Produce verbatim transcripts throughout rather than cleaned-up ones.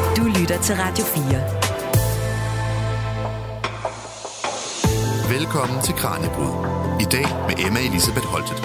Du lytter til Radio fire. Velkommen til Kraniebrud. I dag med Emma Elisabeth Holtet.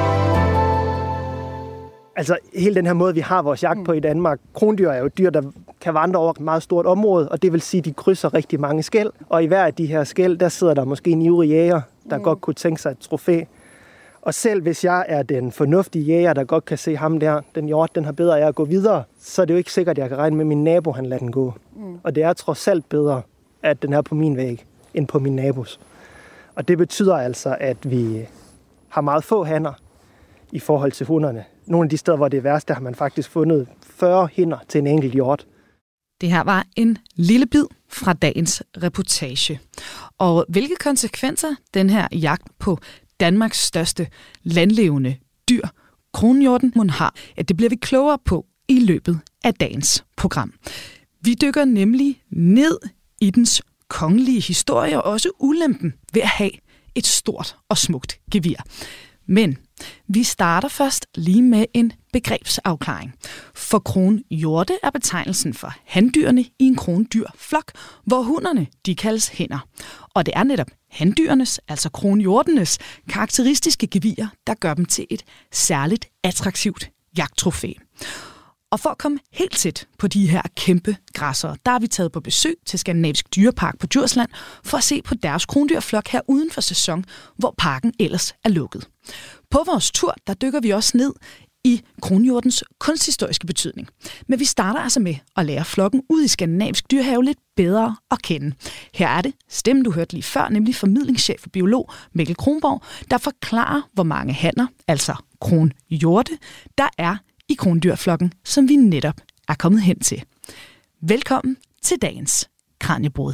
Altså, hele den her måde, vi har vores jagt på i Danmark. Krondyr er jo dyr, der kan vandre over et meget stort område, og det vil sige, at de krydser rigtig mange skel. Og i hver af de her skel, der sidder der måske en ivrig jæger, der mm. godt kunne tænke sig et trofæ. Og selv hvis jeg er den fornuftige jæger, der godt kan se ham der, den hjort, den har bedre af at gå videre, så er det jo ikke sikkert, at jeg kan regne med, at min nabo, han lader den gå. Mm. Og det er trods alt bedre, at den er på min væg, end på min nabos. Og det betyder altså, at vi har meget få hanner i forhold til hunderne. Nogle af de steder, hvor det er værst, der har man faktisk fundet fyrre hinner til en enkelt hjort. Det her var en lille bid fra dagens reportage. Og hvilke konsekvenser den her jagt på Danmarks største landlevende dyr, kronhjorten, mon har, at det bliver vi klogere på i løbet af dagens program. Vi dykker nemlig ned i dens kongelige historie og også ulempen ved at have et stort og smukt gevir. Men vi starter først lige med en begrebsafklaring. For kronhjorte er betegnelsen for handyrene i en krondyrflok, hvor hunderne de kaldes hinner. Og det er netop handyrernes, altså kronhjortenes, karakteristiske gevirer, der gør dem til et særligt attraktivt jagttrofæ. Og for at komme helt tæt på de her kæmpe græssere, der har vi taget på besøg til Skandinavisk Dyrepark på Djursland for at se på deres krondyrflok her uden for sæson, hvor parken ellers er lukket. På vores tur, der dykker vi også ned i kronhjortens kunsthistoriske betydning. Men vi starter altså med at lære flokken ud i Skandinavisk Dyrehave lidt bedre at kende. Her er det stemmen, du hørte lige før, nemlig formidlingschef og biolog Mikkel Kronborg, der forklarer, hvor mange hanner, altså kronhjorte, der er i krondyrflokken, som vi netop er kommet hen til. Velkommen til dagens Kraniebrud.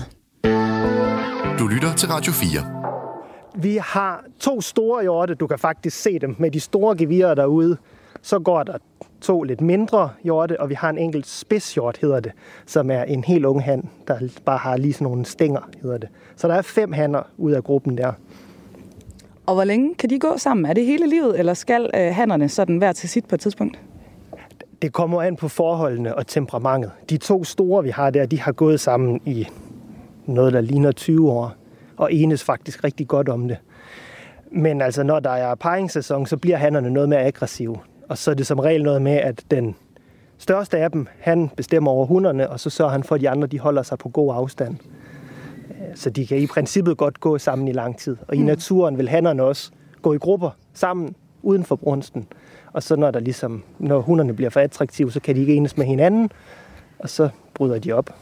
Du lytter til Radio fire. Vi har to store hjorte, du kan faktisk se dem med de store gevirer derude. Så går der to lidt mindre hjorte, og vi har en enkelt spidshjort, hedder det, som er en helt ung han, der bare har lige sådan nogle stænger, hedder det. Så der er fem hanner ud af gruppen der. Og hvor længe kan de gå sammen? Er det hele livet, eller skal øh, hannerne sådan hver til sit på et tidspunkt? Det kommer an på forholdene og temperamentet. De to store, vi har der, de har gået sammen i noget, der ligner tyve år, og enes faktisk rigtig godt om det. Men altså, når der er parringssæson, så bliver hannerne noget mere aggressive. Og så er det som regel noget med, at den største af dem, han bestemmer over hunderne, og så sørger han for, at de andre de holder sig på god afstand. Så de kan i princippet godt gå sammen i lang tid. Og i naturen vil hannerne også gå i grupper sammen uden for brunsten. Og så når, der ligesom, når hunderne bliver for attraktive, så kan de ikke enes med hinanden, og så bryder de op.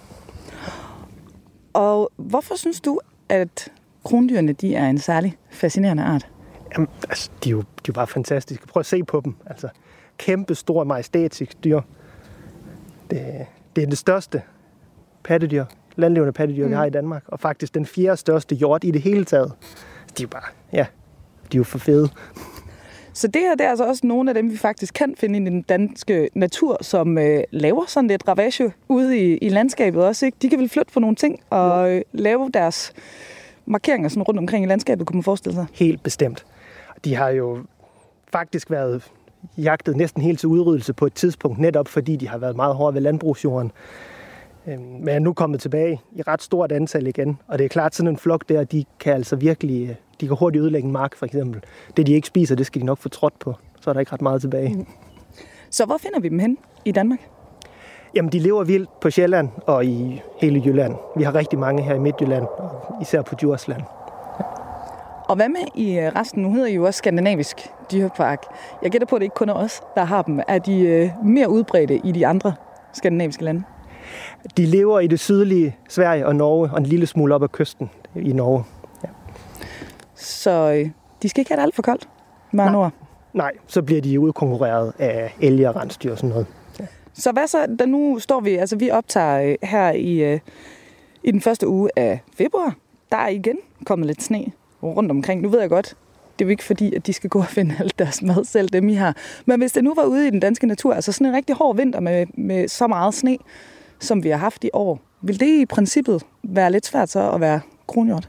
Og hvorfor synes du, at krondyrene de er en særlig fascinerende art? Jamen, altså, de er jo, de er jo bare fantastiske. Prøv at se på dem. Altså, kæmpe, stor, majestætisk dyr. Det, det er det største pattedyr, landlevende pattedyr, mm. vi har i Danmark. Og faktisk den fjerde største hjort i det hele taget. De er jo bare, ja, de er jo for fede. Så det her det er altså også nogle af dem, vi faktisk kan finde i den danske natur, som øh, laver sådan lidt ravage ude i, i landskabet også, ikke? De kan vel flytte på nogle ting og øh, lave deres markeringer sådan rundt omkring i landskabet, kunne man forestille sig? Helt bestemt. De har jo faktisk været jagtet næsten helt til udryddelse på et tidspunkt, netop fordi de har været meget hårde ved landbrugsjorden. Men er nu kommet tilbage i ret stort antal igen, og det er klart, sådan en flok der, de kan altså virkelig, de kan hurtigt ødelægge en mark for eksempel. Det de ikke spiser, det skal de nok få trådt på, så er der ikke ret meget tilbage. Mm. Så hvor finder vi dem hen i Danmark? Jamen, de lever vildt på Sjælland og i hele Jylland. Vi har rigtig mange her i Midtjylland, og især på Djursland. Og hvad med i resten? Nu hedder I jo også Skandinavisk Dyrepark. Jeg gætter på, at det ikke kun er os, der har dem. Er de mere udbredte i de andre skandinaviske lande? De lever i det sydlige Sverige og Norge, og en lille smule op ad kysten i Norge. Ja. Så øh, de skal ikke have det alt for koldt? Med Nej. Nej, så bliver de udkonkurreret af elge og rensdyr og sådan noget. Ja. Så hvad så, da nu står vi, altså vi optager øh, her i, øh, i den første uge af februar. Der er igen kommet lidt sne rundt omkring. Nu ved jeg godt, det er jo ikke fordi, at de skal gå og finde alt deres mad selv, dem I har. Men hvis det nu var ude i den danske natur, altså sådan en rigtig hård vinter med, med så meget sne, som vi har haft i år, vil det i princippet være lidt svært så at være kronhjort?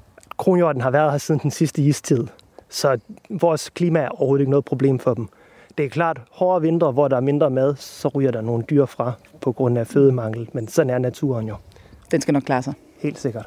Kronhjorten har været her siden den sidste istid, så vores klima er overhovedet ikke noget problem for dem. Det er klart, hårde vintre, hvor der er mindre mad, så ryger der nogle dyr fra på grund af fødemangel. Men sådan er naturen jo. Den skal nok klare sig. Helt sikkert.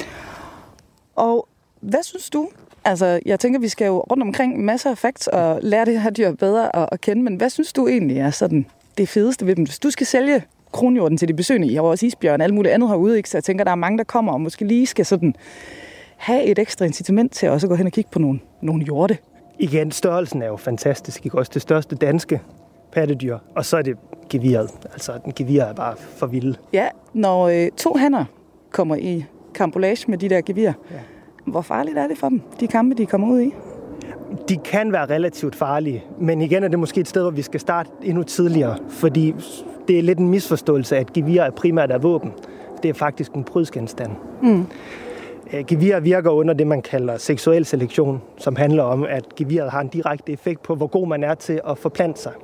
Og hvad synes du? Altså, jeg tænker, vi skal jo rundt omkring masser af facts og lære det her dyr bedre at, at kende. Men hvad synes du egentlig er sådan det fedeste ved dem? Hvis du skal sælge kronhjorten til de besøgende, I har også isbjørn og alt muligt andet herude, ikke? Så jeg tænker, der er mange, der kommer og måske lige skal sådan have et ekstra incitament til at også gå hen og kigge på nogle, nogle hjorte. Igen, størrelsen er jo fantastisk. Ikke? Også det største danske pattedyr. Og så er det geviret. Altså, den gevir er bare for vild. Ja, når øh, to hanner kommer i kampolage med de der gevirer, ja. Hvor farligt er det for dem, de kampe, de kommer ud i? De kan være relativt farlige, men igen er det måske et sted, hvor vi skal starte endnu tidligere, fordi det er lidt en misforståelse, at gevir er primært er våben. Det er faktisk en prydsgenstand. Mm. Gevir virker under det, man kalder seksuel selektion, som handler om, at geviret har en direkte effekt på, hvor god man er til at forplante sig.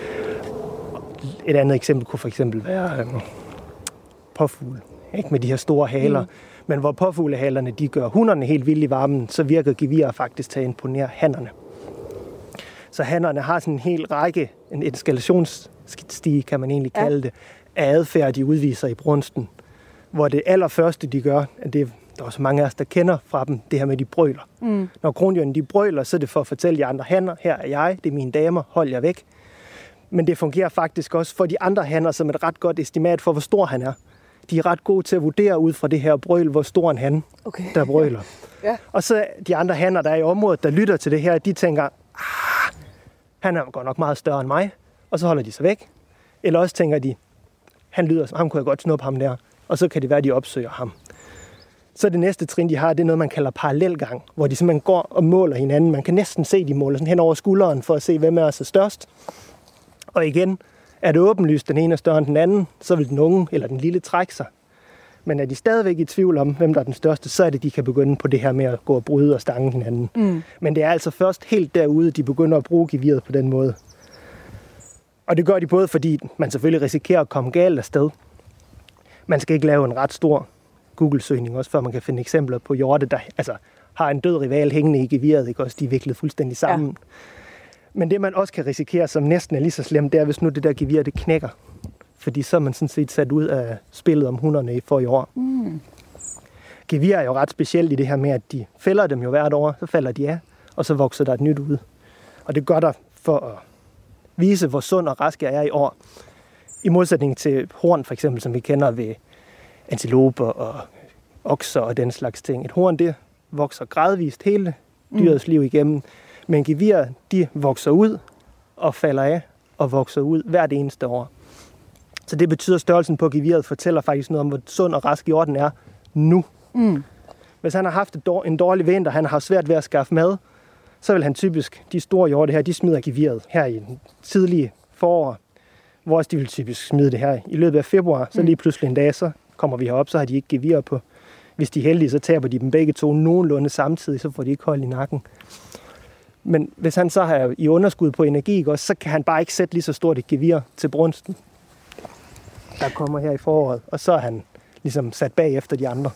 Et andet eksempel kunne for eksempel være øh, påfugle, ikke? Med de her store haler. Mm. Men hvor påfuglehalerne de gør hunderne helt vilde i varmen, så virker gevirer faktisk til at imponere hannerne. Så hannerne har sådan en hel række, en eskalationsstige, kan man egentlig kalde det, af adfærd, de udviser i brunsten. Hvor det allerførste, de gør, at det der er også mange af os, der kender fra dem, det her med, de brøler. Mm. Når kronhjorten de brøler, så er det for at fortælle de andre hanner, her er jeg, det er mine damer, hold jer væk. Men det fungerer faktisk også for de andre hanner som et ret godt estimat for, hvor stor han er. De er ret gode til at vurdere ud fra det her brøl, hvor stor en han, okay. der brøler. Ja. Og så de andre hanner, der er i området, der lytter til det her, de tænker, ah, han er godt nok meget større end mig, og så holder de sig væk. Eller også tænker de, han lyder som ham, kunne jeg godt snuppe ham der, og så kan det være, at de opsøger ham. Så det næste trin, de har, det er noget, man kalder parallelgang, hvor de simpelthen går og måler hinanden. Man kan næsten se, de måler sådan hen over skulderen for at se, hvem er så størst. Og igen, er det åbenlyst, den ene er større end den anden, så vil den unge eller den lille trække sig. Men er de stadigvæk i tvivl om, hvem der er den største, så er det, de kan begynde på det her med at gå og bryde og stange hinanden. Mm. Men det er altså først helt derude, de begynder at bruge geviret på den måde. Og det gør de både, fordi man selvfølgelig risikerer at komme galt afsted. Man skal ikke lave en ret stor Google-søgning, også før man kan finde eksempler på hjorte, der altså, har en død rival hængende i geviret, ikke? Også de er viklet fuldstændig sammen. Ja. Men det, man også kan risikere, som næsten er lige så slemt, det er, hvis nu det der gevir, det knækker. Fordi så er man sådan set sat ud af spillet om hunderne i forrige år. Mm. Gevir er jo ret specielt i det her med, at de fælder dem jo hvert år, så falder de af, og så vokser der et nyt ud. Og det gør der for at vise, hvor sund og rask jeg er i år. I modsætning til horn, for eksempel, som vi kender ved antiloper og okser og den slags ting. Et horn, det vokser gradvist hele dyrets liv igennem. Men gevir, de vokser ud og falder af og vokser ud hvert eneste år. Så det betyder, at størrelsen på geviret fortæller faktisk noget om, hvor sund og rask hjorten er nu. Mm. Hvis han har haft en dårlig vinter, han har svært ved at skaffe mad, så vil han typisk, de store hjorte her, de smider geviret her i den tidlige forår. Hvor også de vil typisk smide det her i løbet af februar, så lige pludselig en dag, så kommer vi herop, så har de ikke gevir på. Hvis de er heldige, så taber de dem begge to nogenlunde samtidig, så får de ikke hold i nakken. Men hvis han så har i underskud på energi, også, så kan han bare ikke sætte lige så stort et gevir til brunsten, der kommer her i foråret. Og så er han ligesom sat bag efter de andre.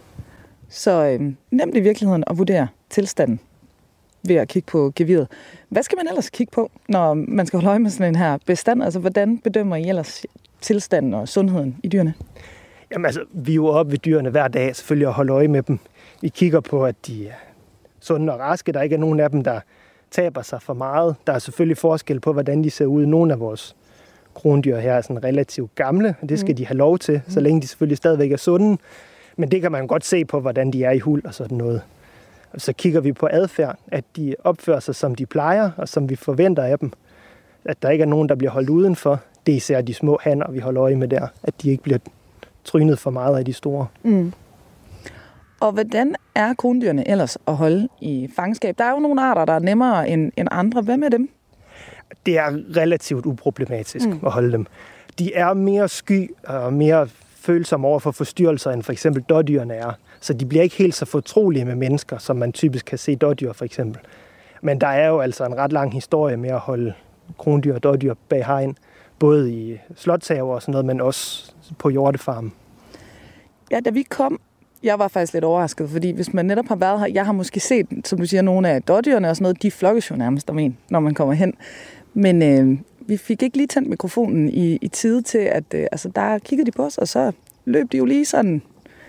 Så øh, nemt i virkeligheden at vurdere tilstanden ved at kigge på geviret. Hvad skal man ellers kigge på, når man skal holde øje med sådan en her bestand? Altså, hvordan bedømmer I ellers tilstanden og sundheden i dyrene? Jamen altså, vi er jo oppe ved dyrene hver dag, selvfølgelig at holde øje med dem. Vi kigger på, at de er sunde og raske. Der ikke er nogen af dem, der taber sig for meget. Der er selvfølgelig forskel på, hvordan de ser ud. Nogle af vores krondyr her er sådan relativt gamle, og det skal mm. de have lov til, så længe de selvfølgelig stadigvæk er sunde. Men det kan man godt se på, hvordan de er i huld og sådan noget. Og så kigger vi på adfærd, at de opfører sig, som de plejer, og som vi forventer af dem. At der ikke er nogen, der bliver holdt udenfor. Det er især de små hanner, vi holder øje med der. At de ikke bliver trynet for meget af de store. Mm. Og hvordan er krondyrene ellers at holde i fangenskab? Der er jo nogle arter, der er nemmere end, end andre. Hvad med dem? Det er relativt uproblematisk mm. at holde dem. De er mere sky og mere følsomme over for forstyrrelser, end for eksempel dådyrene er. Så de bliver ikke helt så fortrolige med mennesker, som man typisk kan se dådyr for eksempel. Men der er jo altså en ret lang historie med at holde krondyr og dådyr bag hegn, både i slotshaver og sådan noget, men også på hjortefarmen. Ja, da vi kom, jeg var faktisk lidt overrasket, fordi hvis man netop har været her, jeg har måske set, som du siger, nogle af dådyrene og sådan noget, de flokkes jo nærmest om en, når man kommer hen. Men øh, vi fik ikke lige tændt mikrofonen i, i tide til, at øh, altså, der kiggede de på os, og så løb de jo lige sådan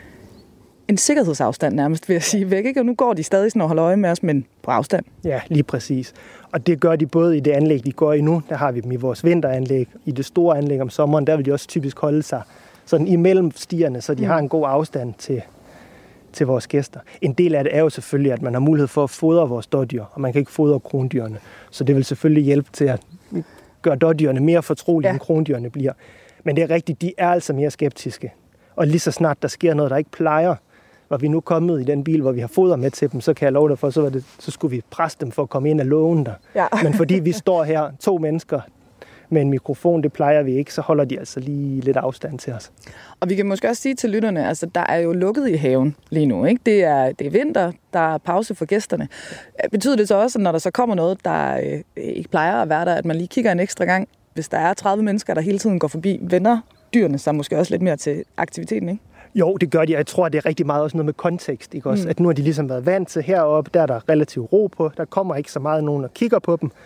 en sikkerhedsafstand nærmest, vil jeg sige, væk. Ikke? Og nu går de stadig sådan og holder øje med os, men på afstand. Ja, lige præcis. Og det gør de både i det anlæg, de går i nu, der har vi dem i vores vinteranlæg. I det store anlæg om sommeren, der vil de også typisk holde sig sådan imellem stierne, så de mm. har en god afstand til, til vores gæster. En del af det er jo selvfølgelig, at man har mulighed for at fodre vores dårdyr, og man kan ikke fodre krondyrene. Så det vil selvfølgelig hjælpe til at gøre dårdyrene mere fortrolige, ja. end krondyrene bliver. Men det er rigtigt, de er altså mere skeptiske. Og lige så snart der sker noget, der ikke plejer, var vi nu kommet i den bil, hvor vi har foder med til dem, så kan jeg love dig for, så, var det, så skulle vi presse dem for at komme ind af lågen der. Ja. Men fordi vi står her, to mennesker med en mikrofon, det plejer vi ikke, så holder de altså lige lidt afstand til os. Og vi kan måske også sige til lytterne, altså der er jo lukket i haven lige nu, ikke? Det er, det er vinter, der er pause for gæsterne. Betyder det så også, at når der så kommer noget, der øh, ikke plejer at være der, at man lige kigger en ekstra gang, hvis der er tredive mennesker, der hele tiden går forbi, vender dyrene sig måske også lidt mere til aktiviteten, ikke? Jo, det gør de, og jeg tror, det er rigtig meget også noget med kontekst, ikke også? Mm. At nu har de ligesom været vant til heroppe, der er der relativt ro på, der kommer ikke så meget nogen og kigger på dem.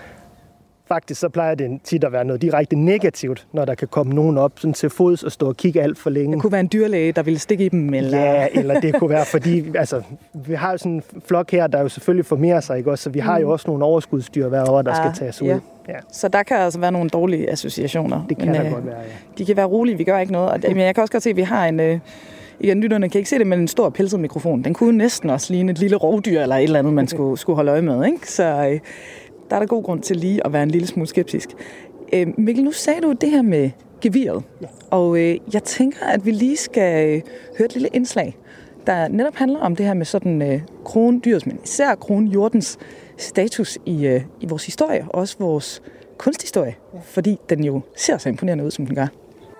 Faktisk så plejer det tit at være noget direkte negativt, når der kan komme nogen op sådan til fods og stå og kigge alt for længe. Det kunne være en dyrlæge, der ville stikke i dem, eller... Ja, eller det kunne være, fordi altså, vi har jo sådan en flok her, der jo selvfølgelig formerer sig, ikke også? Så vi har jo også nogle overskudsdyr hver år, der ah, skal tages ud. Ja. Ja. Så der kan altså være nogle dårlige associationer. Det kan men, der øh, godt være, ja. De kan være rolige, vi gør ikke noget. Og det, men jeg kan også godt se, at vi har en... Øh, igen, lytterne kan ikke se det, men en stor pelset mikrofon. Den kunne næsten også ligne et lille rovdyr, eller et eller andet, man skulle, skulle holde øje med, ikke? Så... Øh, der er der god grund til lige at være en lille smule skeptisk. Øh, Mikkel, nu sagde du det her med geviret, ja. og øh, jeg tænker, at vi lige skal øh, høre et lille indslag, der netop handler om det her med sådan øh, krondyrs, men især kronhjortens status i, øh, i vores historie, og også vores kunsthistorie, ja. fordi den jo ser så imponerende ud, som den gør.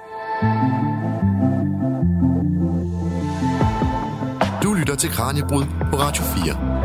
Du lytter til Kraniebrud på Radio fire.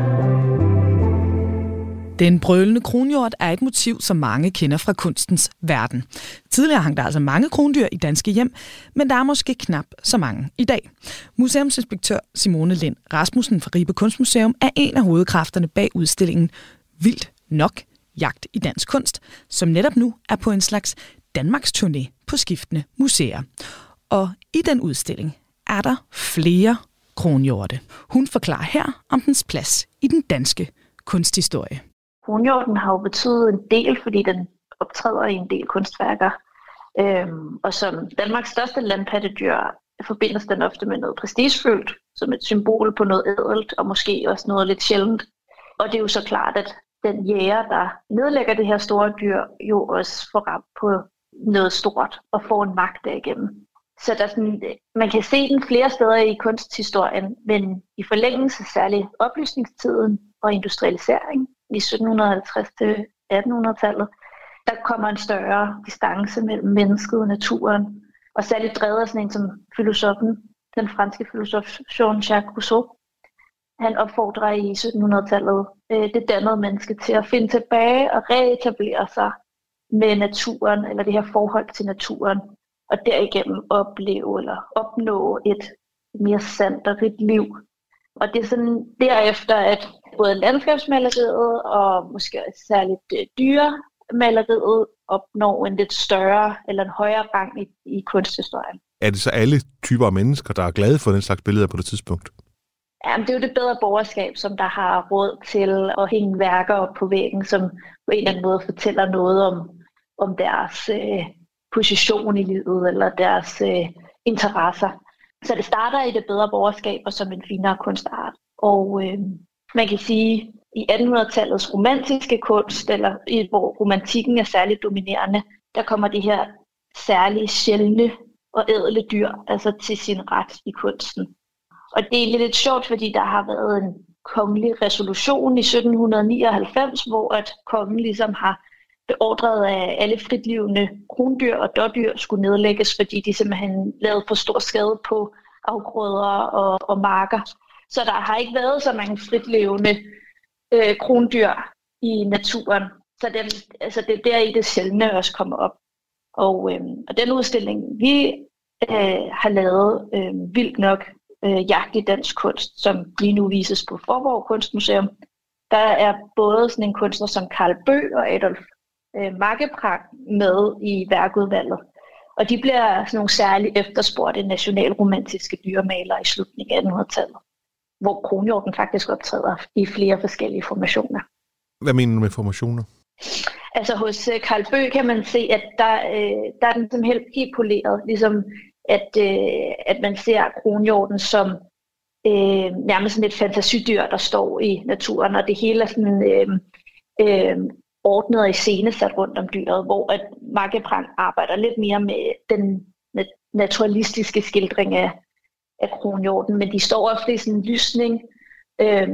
Den brølende kronhjort er et motiv, som mange kender fra kunstens verden. Tidligere hang der altså mange krondyr i danske hjem, men der er måske knap så mange i dag. Museumsinspektør Simone Lind Rasmussen fra Ribe Kunstmuseum er en af hovedkræfterne bag udstillingen Vildt nok jagt i dansk kunst, som netop nu er på en slags Danmarks turné på skiftende museer. Og i den udstilling er der flere kronhjorte. Hun forklarer her om dens plads i den danske kunsthistorie. Kronhjorten har jo betydet en del, fordi den optræder i en del kunstværker. Øhm, og som Danmarks største landpattedyr forbindes den ofte med noget prestigefyldt, som et symbol på noget ædelt, og måske også noget lidt sjældent. Og det er jo så klart, at den jæger, der nedlægger det her store dyr, jo også får ramt på noget stort og får en magt derigennem. Så der er sådan, man kan se den flere steder i kunsthistorien, men i forlængelse særligt oplysningstiden og industrialisering i sytten halvtreds til attenhundredetallet, der kommer en større distance mellem mennesket og naturen. Og særligt drevet af sådan en som filosofen, den franske filosof Jean-Jacques Rousseau. Han opfordrer i syttenhundredetallet øh, det dannede menneske til at finde tilbage og reetablere sig med naturen, eller det her forhold til naturen, og derigennem opleve eller opnå et mere sandt og rigt liv. Og det er sådan derefter, at både landskabsmaleriet og måske særligt dyremaleriet opnår en lidt større eller en højere rang i, i kunsthistorien. Er det så alle typer af mennesker, der er glade for den slags billeder på det tidspunkt? Jamen, det er jo det bedre borgerskab, som der har råd til at hænge værker op på væggen, som på en eller anden måde fortæller noget om, om deres øh, position i livet eller deres øh, interesser. Så det starter i det bedre borgerskab og som en finere kunstart. Og øh, man kan sige, i attenhundredetallets romantiske kunst, eller i, hvor romantikken er særligt dominerende, der kommer de her særligt sjældne og ædle dyr altså til sin ret i kunsten. Og det er lidt sjovt, fordi der har været en kongelig resolution i sytten nioghalvfems, hvor at kongen ligesom har beordret af alle fritlevende krondyr og dårdyr skulle nedlægges, fordi de simpelthen lavede for stor skade på afgrøder og, og marker. Så der har ikke været så mange fritlevende øh, krondyr i naturen. Så dem, altså det er der i det sjældne også kommer op. Og, øh, og den udstilling, vi øh, har lavet øh, vildt nok øh, jagt i dansk kunst, som lige nu vises på Forborg Kunstmuseum, der er både sådan en kunstner som Carl Bøe og Adolf øh, makkeprang med i værkudvalget. Og de bliver sådan nogle særligt efterspurgte nationalromantiske dyremalere i slutningen af attenhundredetallet, hvor kronhjorten faktisk optræder i flere forskellige formationer. Hvad mener du med formationer? Altså hos Carl Bøe kan man se, at der, øh, der er den simpelthen helt poleret, ligesom at, øh, at man ser kronhjorten som øh, nærmest sådan et fantasidyr, der står i naturen, og det hele er sådan øh, øh, ordnet og iscenesat rundt om dyret, hvor at Makkeprang arbejder lidt mere med den naturalistiske skildring af, af kronhjorten, men de står ofte i sådan en lysning, øh,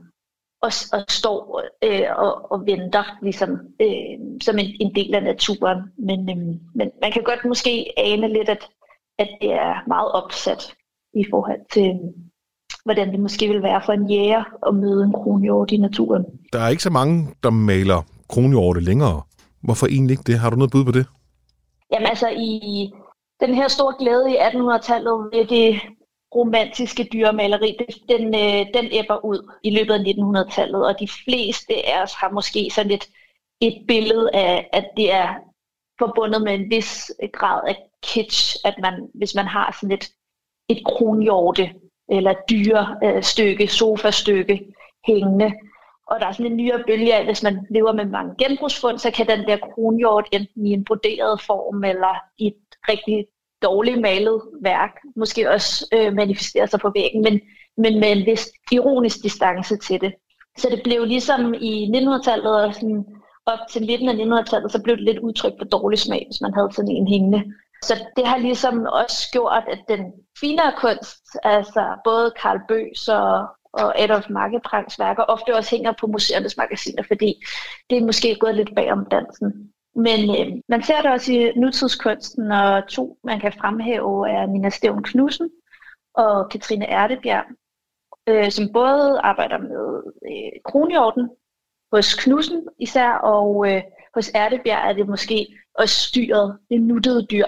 Og, og står øh, og, og venter ligesom, øh, som en, en del af naturen. Men, øh, men man kan godt måske ane lidt, at, at det er meget opsat i forhold til, hvordan det måske vil være for en jæger at møde en kronhjort i naturen. Der er ikke så mange, der maler kronhjorte længere. Hvorfor egentlig ikke det? Har du noget bud på det? Jamen altså, i den her store glæde i attenhundredetallet ved det romantiske dyremaleri, den, den æbber ud i løbet af nittenhundredetallet, og de fleste af os har måske sådan et, et billede af, at det er forbundet med en vis grad af kitsch, at man, hvis man har sådan et, et kronhjorte eller dyrestykke, sofastykke hængende, og der er sådan en nyere bølge af, hvis man lever med mange genbrugsfund, så kan den der kronhjort enten i en broderet form eller i et rigtig dårligt malet værk, måske også øh, manifesterer sig på væggen, men, men med en vis ironisk distance til det. Så det blev ligesom i nittenhundredetallet og sådan op til midten af nittenhundredetallet, så blev det lidt udtryk for dårlig smag, hvis man havde sådan en hængende. Så det har ligesom også gjort, at den finere kunst, altså både Carl Bøes og, og Adolf Makkeprangs værker, ofte også hænger på museernes magasiner, fordi det er måske gået lidt bag om dansen. Men øh, man ser det også i nutidskunsten, og to, man kan fremhæve, er Nina Stevn Knudsen og Katrine Erdebjerg, øh, som både arbejder med øh, kronhjorten hos Knudsen især, og øh, hos Erdebjerg er det måske også dyret, det nuttede dyr.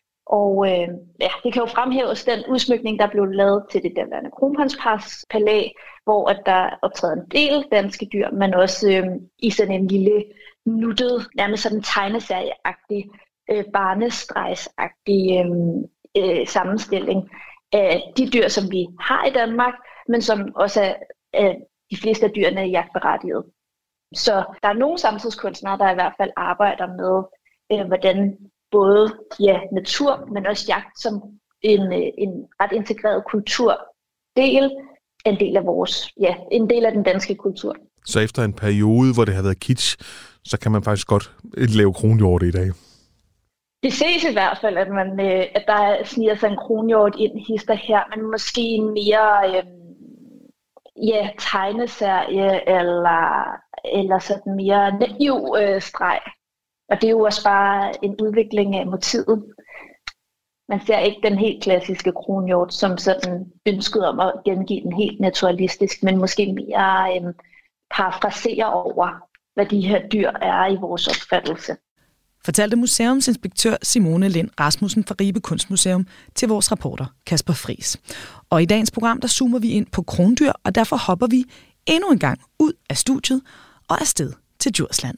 Og øh, ja, det kan jo fremhæves den udsmykning, der blev lavet til det daværende Kronprinsparrets palæ, hvor at der optræder en del danske dyr, men også øh, i sådan en lille nuttet, nærmest sådan tegneserieagtig, øh, barnestregsagtig øh, øh, sammenstilling af de dyr, som vi har i Danmark, men som også er øh, de fleste af dyrene er jagtberettiget. Så der er nogle samtidskunstnere, der i hvert fald arbejder med, øh, hvordan både ja, natur, men også jagt som en, øh, en ret integreret kulturdel, en del af vores, ja, en del af den danske kultur. Så efter en periode, hvor det har været kitsch, så kan man faktisk godt lave kronhjorte i dag. Det ses i hvert fald, at, man, øh, at der sniger sig en kronhjort ind hister her, men måske en mere øh, ja, tegneserie eller, eller sådan mere naiv øh, streg. Og det er jo også bare en udvikling af motivet. Man ser ikke den helt klassiske kronhjort som sådan ønsket om at gengive den helt naturalistisk, men måske mere øh, parafrasere over, hvad de her dyr er i vores opfattelse. Fortalte museumsinspektør Simone Lind Rasmussen fra Ribe Kunstmuseum til vores reporter Kasper Friis. Og i dagens program, der zoomer vi ind på krondyr, og derfor hopper vi endnu en gang ud af studiet og afsted til Djursland.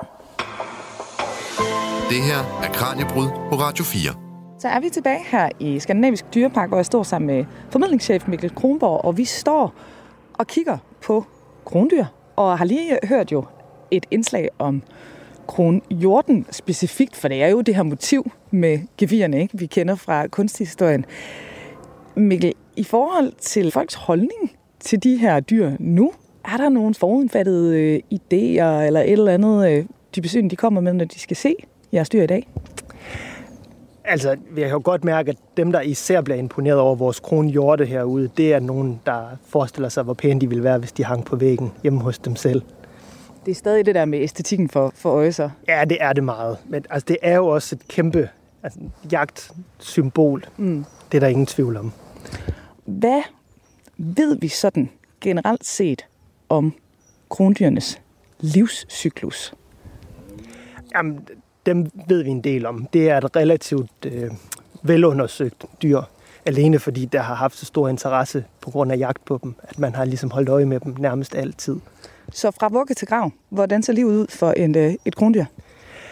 Det her er Kraniebrud på Radio fire. Så er vi tilbage her i Skandinavisk Dyrepark, hvor jeg står sammen med formidlingschef Mikkel Kronborg, og vi står og kigger på krondyr, og har lige hørt jo et indslag om kronhjorten specifikt, for det er jo det her motiv med gevirerne, ikke, vi kender fra kunsthistorien. Mikkel, i forhold til folks holdning til de her dyr nu, er der nogle forudindfattede øh, idéer eller et eller andet, øh, de besøgende de kommer med, når de skal se jeres dyr i dag? Altså, jeg kan jo godt mærke, at dem, der især bliver imponeret over vores kronhjorte herude, det er nogen, der forestiller sig, hvor pæne de ville være, hvis de hang på væggen hjemme hos dem selv. Det er stadig det der med æstetikken for, for øje så? Ja, det er det meget. Men altså, det er jo også et kæmpe altså, jagtsymbol. Mm. Det er der ingen tvivl om. Hvad ved vi sådan generelt set om krondyrenes livscyklus? Jamen, dem ved vi en del om. Det er et relativt øh, velundersøgt dyr. Alene fordi der har haft så stor interesse på grund af jagt på dem, at man har ligesom holdt øje med dem nærmest altid. Så fra vugge til grav, hvordan ser livet ud for en, et krondyr?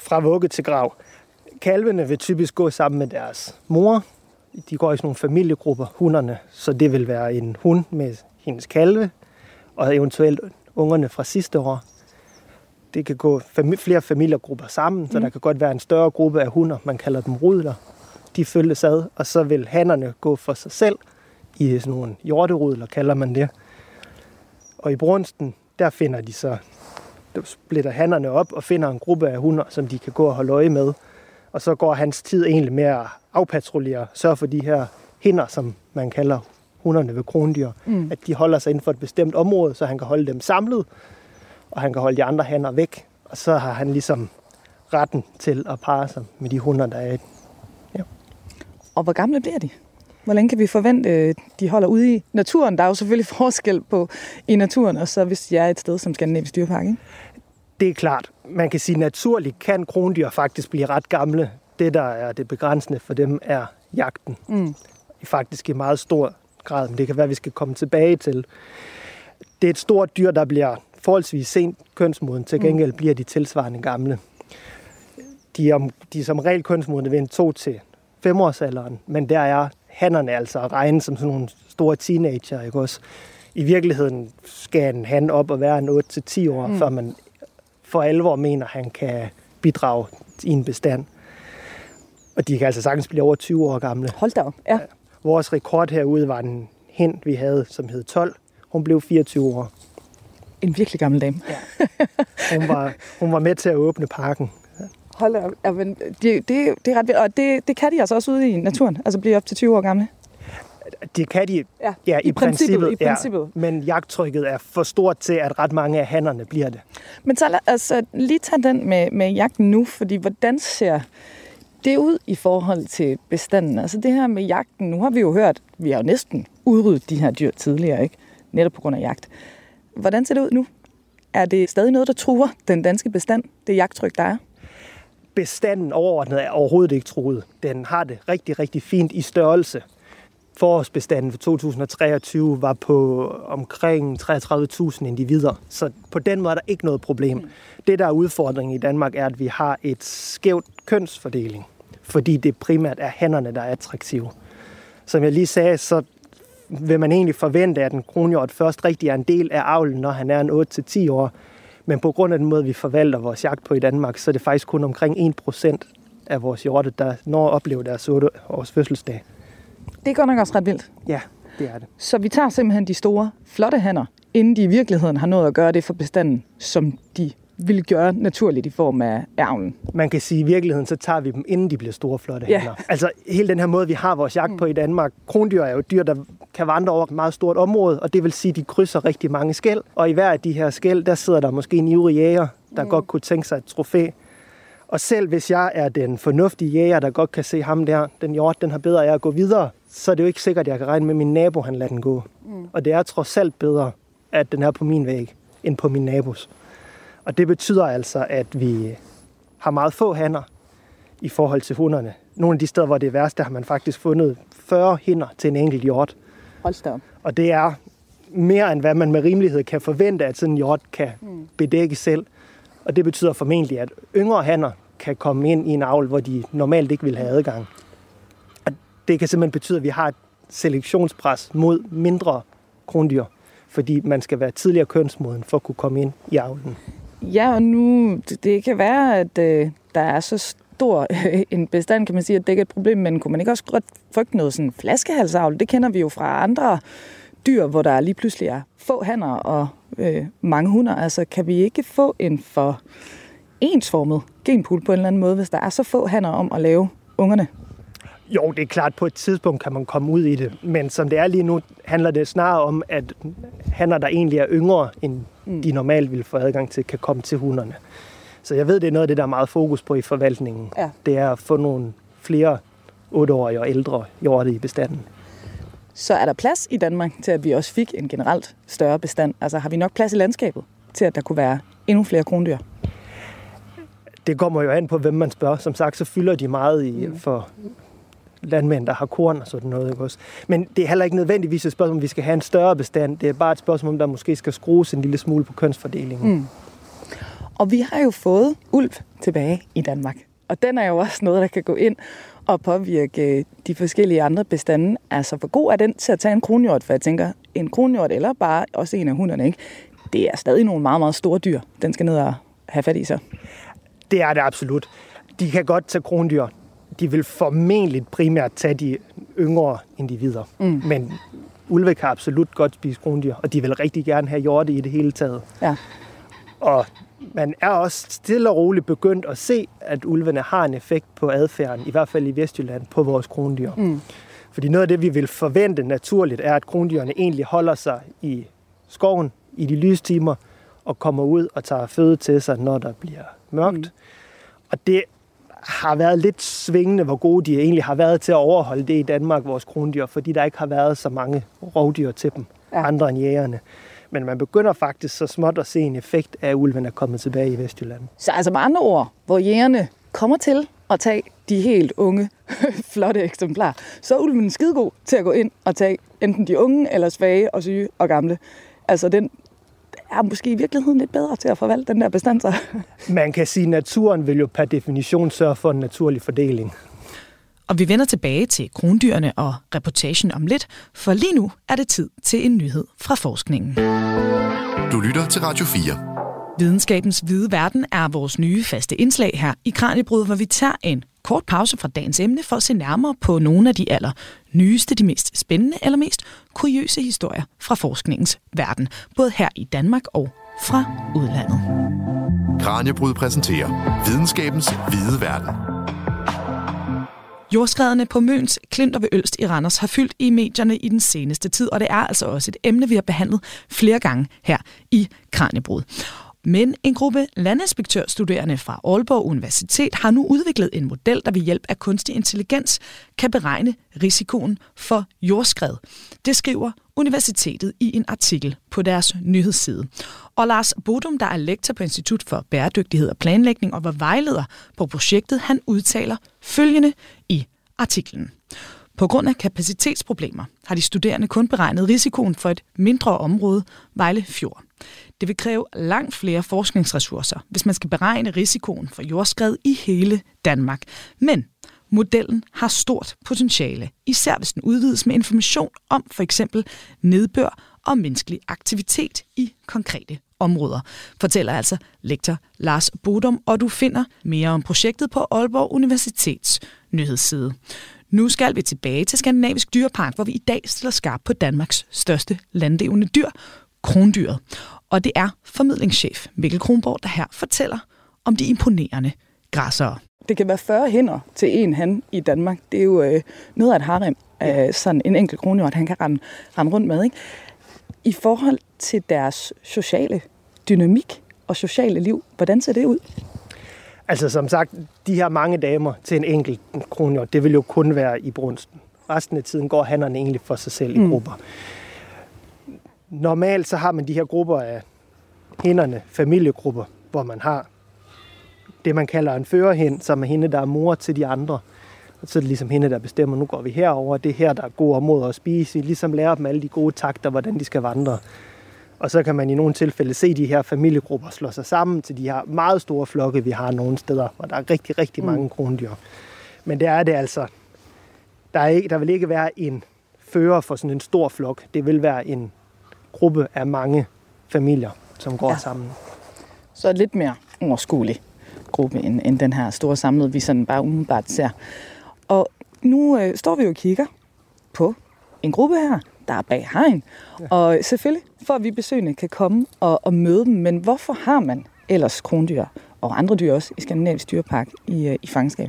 fra vugge til grav. Kalvene vil typisk gå sammen med deres mor. De går i sådan nogle familiegrupper, hunderne, så det vil være en hund med hendes kalve, og eventuelt ungerne fra sidste år. Det kan gå fami- flere familiegrupper sammen, så mm. der kan godt være en større gruppe af hunder, man kalder dem rudler. De følges ad, og så vil hannerne gå for sig selv i sådan nogle hjorterudler, kalder man det. Og i brunsten, der finder de så, der splitter hannerne op og finder en gruppe af hunder, som de kan gå og holde øje med. Og så går hans tid egentlig med at afpatruljere, sørge for de her hinner, som man kalder hunderne ved krondyr, mm. at de holder sig inden for et bestemt område, så han kan holde dem samlet, og han kan holde de andre hanner væk. Og så har han ligesom retten til at parre sig med de hunder, der er. Ja. Og hvor gamle bliver de? Hvor længe kan vi forvente, de holder ude i naturen? Der er jo selvfølgelig forskel på i naturen, og så hvis jeg er et sted som Skandinavisk Dyrepark, ikke? Det er klart. Man kan sige, at naturligt kan krondyr faktisk blive ret gamle. Det, der er det begrænsende for dem, er jagten. Mm. Faktisk i meget stor grad, men det kan være, at vi skal komme tilbage til. Det er et stort dyr, der bliver forholdsvis sent kønsmoden. Til gengæld bliver de tilsvarende gamle. De er, de er som regel kønsmodne ved en to til fem årsalderen, men der er hannerne altså regnet som sådan nogle store teenager, ikke også? I virkeligheden skal en han op og være en otte til ti år, mm. før man for alvor mener, at han kan bidrage i en bestand. Og de kan altså sagtens blive over tyve år gamle. Hold da op, ja. Vores rekord herude var en hind, vi havde, som hed tolv. Hun blev fireogtyve år. En virkelig gammel dame. Ja. Hun, var, hun var med til at åbne parken. Hold da op. Ja, men det, det, det er ret vildt. Og det, det kan de altså også ude i naturen, altså blive op til tyve år gamle. Det kan de, ja, ja, i, i princippet. princippet, I princippet. Ja, men jagttrykket er for stort til, at ret mange af hannerne bliver det. Men så lad os altså, lige tage den med, med jagten nu, fordi hvordan ser det ud i forhold til bestanden? Altså det her med jagten, nu har vi jo hørt, vi har jo næsten udryddet de her dyr tidligere, ikke? Netop på grund af jagt. Hvordan ser det ud nu? Er det stadig noget, der truer den danske bestand, det jagttryk, der er? Bestanden overordnet er overhovedet ikke truet. Den har det rigtig, rigtig fint i størrelse. Forårsbestanden for to tusind treogtyve var på omkring treogtredive tusind individer, så på den måde er der ikke noget problem. Mm. Det, der er udfordringen i Danmark, er, at vi har et skævt kønsfordeling, fordi det primært er hannerne, der er attraktive. Som jeg lige sagde, så vil man egentlig forvente, at en kronhjort først rigtig er en del af avlen, når han er en otte til ti år. Men på grund af den måde, vi forvalter vores jagt på i Danmark, så er det faktisk kun omkring en procent af vores hjorte, der når at opleve deres otte års fødselsdag. Det er godt nok også ret vildt. Ja, det er det. Så vi tager simpelthen de store, flotte hanner, inden de i virkeligheden har nået at gøre det for bestanden, som de ville gøre naturligt i form af avlen. Man kan sige, at i virkeligheden, så tager vi dem, inden de bliver store, flotte ja. hanner. Altså hele den her måde, vi har vores jagt på i Danmark. Krondyr er jo dyr, der kan vandre over et meget stort område, og det vil sige, at de krydser rigtig mange skel. Og i hver af de her skel, der sidder der måske en ivrig jæger, der mm. godt kunne tænke sig et trofæ. Og selv hvis jeg er den fornuftige jæger, der godt kan se ham der, den hjort, den har bedre af at gå videre, så er det jo ikke sikkert, at jeg kan regne med, at min nabo, han lader den gå. Mm. Og det er trods alt bedre, at den er på min væg, end på min nabos. Og det betyder altså, at vi har meget få hanner i forhold til hunderne. Nogle af de steder, hvor det er værst, der har man faktisk fundet fyrre hinner til en enkelt hjort. Hold da op. Og det er mere, end hvad man med rimelighed kan forvente, at sådan en hjort kan mm. bedække selv. Og det betyder formentlig, at yngre hanner kan komme ind i en avl, hvor de normalt ikke vil have adgang. Og det kan simpelthen betyde, at vi har et selektionspres mod mindre krondyr, fordi man skal være tidligere kønsmoden for at kunne komme ind i avlen. Ja, og nu, det kan være, at øh, der er så stor øh, en bestand, kan man sige, at det ikke er et problem, men kunne man ikke også godt frygte noget sådan flaskehalsavl? Det kender vi jo fra andre dyr, hvor der lige pludselig er få hanner og øh, mange hunder. Altså, kan vi ikke få en for ensformet genpool på en eller anden måde, hvis der er så få hanner om at lave ungerne? Jo, det er klart, på et tidspunkt kan man komme ud i det, men som det er lige nu, handler det snarere om, at hanner, der egentlig er yngre, end mm. de normalt ville få adgang til, kan komme til hunderne. Så jeg ved, det er noget af det, der er meget fokus på i forvaltningen. Ja. Det er at få nogle flere otteårige og ældre hjorte i bestanden. Så er der plads i Danmark til, at vi også fik en generelt større bestand? Altså har vi nok plads i landskabet til, at der kunne være endnu flere krondyr? Det kommer jo an på, hvem man spørger. Som sagt, så fylder de meget i, mm. for landmænd, der har korn og sådan noget. Ikke også? Men det er heller ikke nødvendigvis et spørgsmål, om vi skal have en større bestand. Det er bare et spørgsmål, om der måske skal skrues en lille smule på kønsfordelingen. Mm. Og vi har jo fået ulv tilbage i Danmark. Og den er jo også noget, der kan gå ind og påvirke de forskellige andre bestande. Altså, hvor god er den til at tage en kronhjort? For jeg tænker, en kronhjort eller bare også en af hunderne, ikke? Det er stadig nogle meget, meget store dyr, den skal ned og have fat i sig. Det er det absolut. De kan godt tage krondyr. De vil formentlig primært tage de yngre individer. Mm. Men ulve kan absolut godt spise krondyr, og de vil rigtig gerne have hjorte i det hele taget. Ja. Og man er også stille og roligt begyndt at se, at ulvene har en effekt på adfærden, i hvert fald i Vestjylland, på vores krondyr. Mm. Fordi noget af det, vi vil forvente naturligt, er, at krondyrene egentlig holder sig i skoven i de lyse timer og kommer ud og tager føde til sig, når der bliver mørkt. Mm. Og det har været lidt svingende, hvor gode de egentlig har været til at overholde det i Danmark, vores krondyr, fordi der ikke har været så mange rovdyr til dem, ja. Andre end jægerne. Men man begynder faktisk så småt at se en effekt af, at ulven er kommet tilbage i Vestjylland. Så altså med andre ord, hvor jægerne kommer til at tage de helt unge, flotte eksemplarer, så er ulven skidegod til at gå ind og tage enten de unge, eller svage og syge og gamle. Altså den er måske i virkeligheden lidt bedre til at forvalte den der bestand. Man kan sige, at naturen vil jo per definition sørge for en naturlig fordeling. Og vi vender tilbage til krondyrene og reportagen om lidt, for lige nu er det tid til en nyhed fra forskningen. Du lytter til Radio fire. Videnskabens hvide verden er vores nye faste indslag her i Kraniebrud, hvor vi tager en kort pause fra dagens emne for at se nærmere på nogle af de aller nyeste, de mest spændende eller mest kuriøse historier fra forskningens verden, både her i Danmark og fra udlandet. Kraniebrud præsenterer Videnskabens hvide verden. Jordskredene på Møns, Klint og ved Ølst i Randers har fyldt i medierne i den seneste tid, og det er altså også et emne, vi har behandlet flere gange her i Kraniebrud. Men en gruppe landinspektørstuderende fra Aalborg Universitet har nu udviklet en model, der ved hjælp af kunstig intelligens kan beregne risikoen for jordskred. Det skriver universitetet i en artikel på deres nyhedsside. Og Lars Bodum, der er lektor på Institut for Bæredygtighed og Planlægning og var vejleder på projektet, han udtaler følgende i artiklen. På grund af kapacitetsproblemer har de studerende kun beregnet risikoen for et mindre område, Vejle Fjord. Det vil kræve langt flere forskningsressourcer, hvis man skal beregne risikoen for jordskred i hele Danmark. Men modellen har stort potentiale, især hvis den udvides med information om for eksempel nedbør og menneskelig aktivitet i konkrete områder, fortæller altså lektor Lars Bodum, og du finder mere om projektet på Aalborg Universitets nyhedsside. Nu skal vi tilbage til Skandinavisk Dyrepark, hvor vi i dag stiller skarp på Danmarks største landlevende dyr, krondyret. Og det er formidlingschef Mikkel Kronborg, der her fortæller om de imponerende græssere. Det kan være fyrre hænder til en han i Danmark. Det er jo øh, noget af et harem, øh, sådan en enkelt kronhjort, han kan rende, rende rundt med. Ikke? I forhold til deres sociale dynamik og sociale liv, hvordan ser det ud? Altså som sagt, de her mange damer til en enkelt kronhjort, det vil jo kun være i brunsten. Resten af tiden går hannerne egentlig for sig selv mm. i grupper. Normalt så har man de her grupper af hænderne, familiegrupper, hvor man har det, man kalder en førerhen, som er hende, der er mor til de andre. Og så er det ligesom hende, der bestemmer, nu går vi herover. Det er her, der er gode områder at spise. Vi ligesom lærer dem alle de gode takter, hvordan de skal vandre. Og så kan man i nogle tilfælde se de her familiegrupper slå sig sammen til de her meget store flokke, vi har nogle steder, hvor der er rigtig, rigtig mange mm. krondyr. Men det er det altså. Der, er ikke, der vil ikke være en fører for sådan en stor flok. Det vil være en gruppe af mange familier, som går ja. sammen. Så er det lidt mere overskuelig gruppe, end, end den her store samlede, vi sådan bare umiddelbart ser. Og nu øh, står vi jo og kigger på en gruppe her, der er bag hegn. Ja. Og selvfølgelig, for at vi besøgende kan komme og, og møde dem, men hvorfor har man ellers krondyr og andre dyr også i Skandinavisk Dyrepark i, øh, i fangenskab?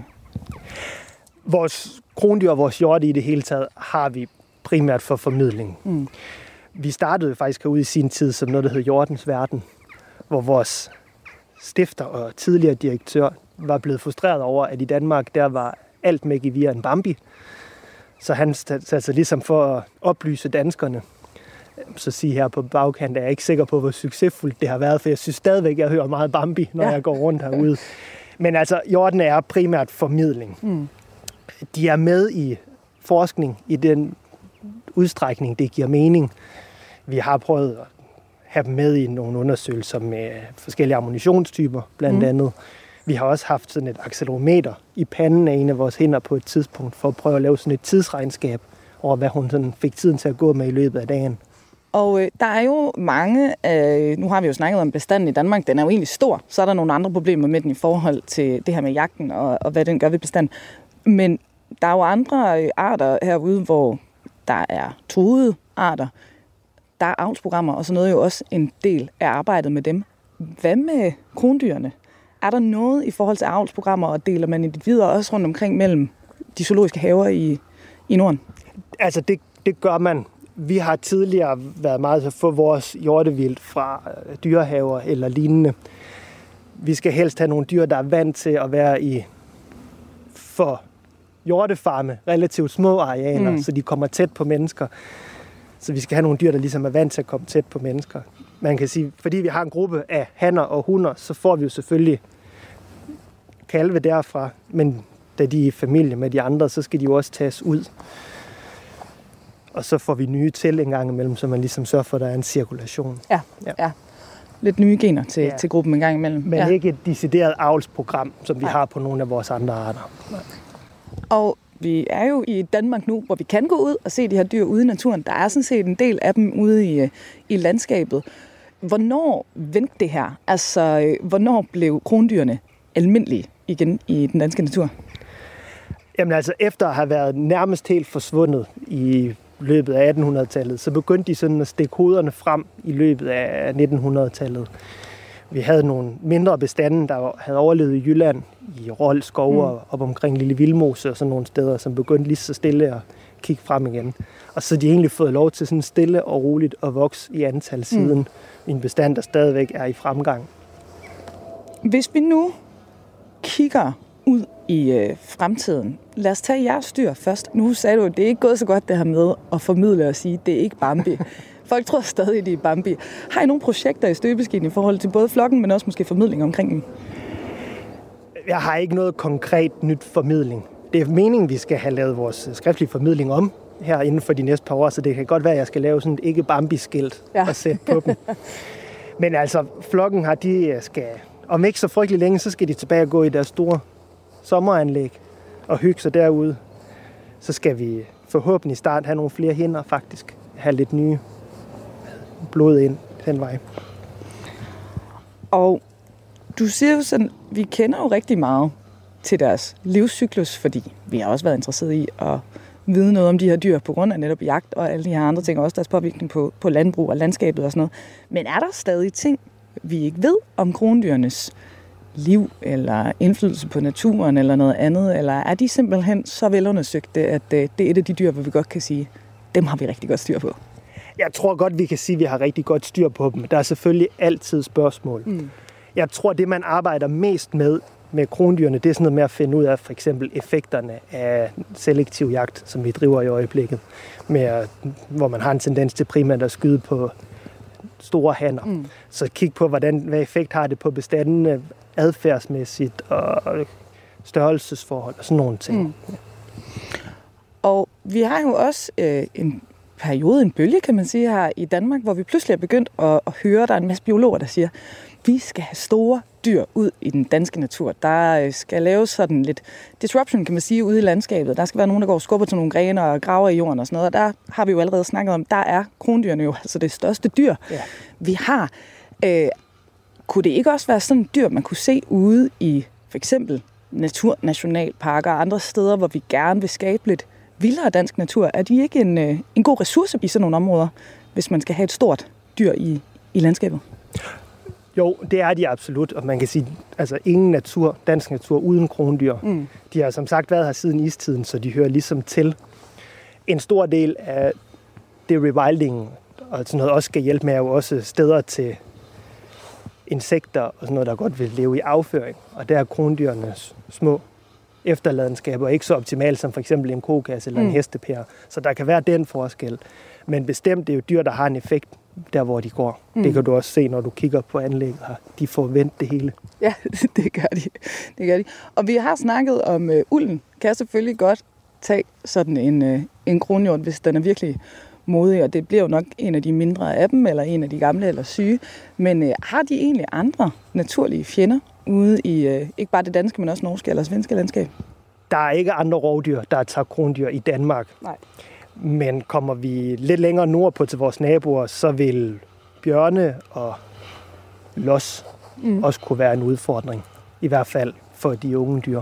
Vores krondyr og vores hjorte i det hele taget har vi primært for formidling. Mm. Vi startede faktisk herude i sin tid som noget, der hed Hjortens Verden, hvor vores stifter og tidligere direktør var blevet frustreret over, at i Danmark, der var alt med via en Bambi. Så han satte sig ligesom for at oplyse danskerne. Så sige her på bagkant, er jeg ikke sikker på, hvor succesfuldt det har været, for jeg synes stadigvæk, at jeg hører meget Bambi, når ja. jeg går rundt herude. Men altså, hjorten er primært formidling. Mm. De er med i forskning i den udstrækning, det giver mening. Vi har prøvet at have dem med i nogle undersøgelser med forskellige ammunitionstyper, blandt mm. andet. Vi har også haft sådan et accelerometer i panden af en af vores hænder på et tidspunkt, for at prøve at lave sådan et tidsregnskab over, hvad hun sådan fik tiden til at gå med i løbet af dagen. Og øh, der er jo mange, øh, nu har vi jo snakket om bestanden i Danmark, den er jo egentlig stor, så er der nogle andre problemer med den i forhold til det her med jagten og, og hvad den gør ved bestanden. Men der er jo andre arter herude, hvor der er truede arter. Der er avlsprogrammer, og så noget jo også en del af arbejdet med dem. Hvad med krondyrene? Er der noget i forhold til avlsprogrammer, og deler man individer også rundt omkring mellem de zoologiske haver i, i Norden? Altså det, det gør man. Vi har tidligere været meget til at få vores hjortevildt fra dyrehaver eller lignende. Vi skal helst have nogle dyr, der er vant til at være i for hjortefarme relativt små arealer, mm. så de kommer tæt på mennesker. Så vi skal have nogle dyr, der ligesom er vant til at komme tæt på mennesker. Man kan sige, fordi vi har en gruppe af hanner og hunder, så får vi jo selvfølgelig kalve derfra, men da de er i familie med de andre, så skal de jo også tages ud. Og så får vi nye til en gang imellem, så man ligesom sørger for, at der er en cirkulation. Ja, ja. ja. Lidt nye gener til, ja. til gruppen en gang imellem. Men ja. ikke et decideret avlsprogram, som vi ja. har på nogle af vores andre arter. Nej. Og vi er jo i Danmark nu, hvor vi kan gå ud og se de her dyr ude i naturen. Der er sådan set en del af dem ude i, i landskabet. Hvornår vendte det her? Altså, hvornår blev krondyrene almindelige igen i den danske natur? Jamen altså, efter at have været nærmest helt forsvundet i løbet af attenhundredetallet, så begyndte de sådan at stikke hovederne frem i løbet af nittenhundredetallet. Vi havde nogle mindre bestande, der havde overlevet i Jylland, i Rold skov og mm. op omkring Lille Vildmose og sådan nogle steder, som begyndte lige så stille at kigge frem igen. Og så har de egentlig fået lov til sådan stille og roligt at vokse i antal siden mm. en bestand, der stadigvæk er i fremgang. Hvis vi nu kigger ud i øh, fremtiden, lad os tage jeres dyr først. Nu sagde du, at det er ikke gået så godt det her med at formidle og sige, at det er ikke Bambi. Folk tror stadig, at det er Bambi. Har I nogle projekter i støbeskeen i forhold til både flokken, men også måske formidling omkring dem? Jeg har ikke noget konkret nyt formidling. Det er meningen, vi skal have lavet vores skriftlige formidling om her inden for de næste par år, så det kan godt være, at jeg skal lave sådan et ikke-Bambi-skilt ja. og sætte på dem. Men altså, flokken har de skal, om ikke så frygtelig længe, så skal de tilbage og gå i deres store sommeranlæg og hygge sig derude. Så skal vi forhåbentlig starte have nogle flere hinder faktisk. Have lidt nye blod ind den vej. Og du siger jo sådan, vi kender jo rigtig meget til deres livscyklus, fordi vi har også været interesseret i at vide noget om de her dyr på grund af netop jagt og alle de her andre ting, og også deres påvirkning på, på landbrug og landskabet og sådan noget. Men er der stadig ting, vi ikke ved om krondyrenes liv eller indflydelse på naturen eller noget andet, eller er de simpelthen så velundersøgte, at det er et af de dyr, hvor vi godt kan sige, dem har vi rigtig godt styr på? Jeg tror godt, vi kan sige, at vi har rigtig godt styr på dem. Der er selvfølgelig altid spørgsmål. Mm. Jeg tror, det man arbejder mest med med krondyrene, det er sådan noget med at finde ud af for eksempel effekterne af selektiv jagt, som vi driver i øjeblikket, med, hvor man har en tendens til primært at skyde på store hanner. Mm. Så kig på, hvordan, hvad effekt har det på bestandene adfærdsmæssigt og størrelsesforhold og sådan nogle ting. Mm. Og vi har jo også øh, en periode, en bølge, kan man sige, her i Danmark, hvor vi pludselig er begyndt at, at høre, der er en masse biologer, der siger, vi skal have store dyr ud i den danske natur. Der skal laves sådan lidt disruption, kan man sige, ude i landskabet. Der skal være nogen, der går og skubber til nogle grene og graver i jorden og sådan noget. Og der har vi jo allerede snakket om, der er krondyrene jo altså det største dyr, ja. vi har. Øh, kunne det ikke også være sådan et dyr, man kunne se ude i for eksempel naturnationalparker og andre steder, hvor vi gerne vil skabe lidt vildere dansk natur? Er de ikke en, en god ressource i sådan nogle områder, hvis man skal have et stort dyr i, i landskabet? Jo, det er de absolut, og man kan sige, altså ingen natur, dansk natur uden krondyr. Mm. De har som sagt været her siden istiden, så de hører ligesom til. En stor del af det rewilding og sådan noget også skal hjælpe med, er jo også steder til insekter og sådan noget, der godt vil leve i afføring. Og der er krondyrenes små efterladenskaber ikke så optimalt som for eksempel en kokasse eller en mm. hestepær. Så der kan være den forskel. Men bestemt det er jo dyr, der har en effekt der, hvor de går. Mm. Det kan du også se, når du kigger på anlægget her. De får vendt det hele. Ja, det gør de. Det gør de. Og vi har snakket om uh, ulden. Kan jeg selvfølgelig godt tage sådan en, uh, en kronhjort, hvis den er virkelig modige, og det bliver jo nok en af de mindre af dem, eller en af de gamle eller syge. Men øh, har de egentlig andre naturlige fjender ude i øh, ikke bare det danske, men også norske eller svenske landskab? Der er ikke andre rovdyr, der tager krondyr i Danmark. Nej. Men kommer vi lidt længere nordpå til vores naboer, så vil bjørne og los mm. også kunne være en udfordring. I hvert fald for de unge dyr.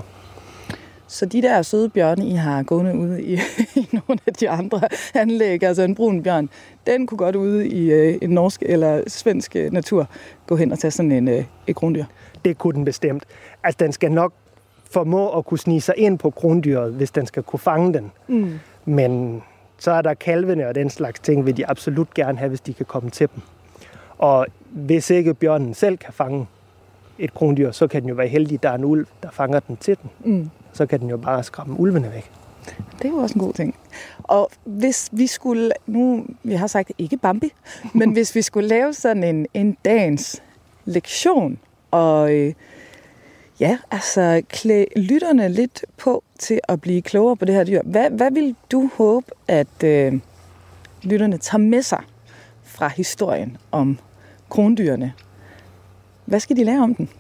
Så de der søde bjørne, I har gående ude i, i nogle af de andre anlæg, altså en brun bjørn, den kunne godt ude i øh, en norsk eller svensk natur gå hen og tage sådan en øh, et krondyr? Det kunne den bestemt. Altså, den skal nok formå at kunne snige sig ind på krondyret, hvis den skal kunne fange den. Mm. Men så er der kalvene og den slags ting, vil de absolut gerne have, hvis de kan komme til dem. Og hvis ikke bjørnen selv kan fange et krondyr, så kan den jo være heldig, at der er en ulv, der fanger den til den. Mm. Så kan den jo bare skræmme ulvene væk. Det er jo også en god ting. Og hvis vi skulle, nu vi har sagt ikke Bambi, men hvis vi skulle lave sådan en, en dagens lektion, og øh, ja, altså klæde lytterne lidt på til at blive klogere på det her dyr. Hvad, hvad vil du håbe, at øh, lytterne tager med sig fra historien om krondyrene? Hvad skal de lære om den?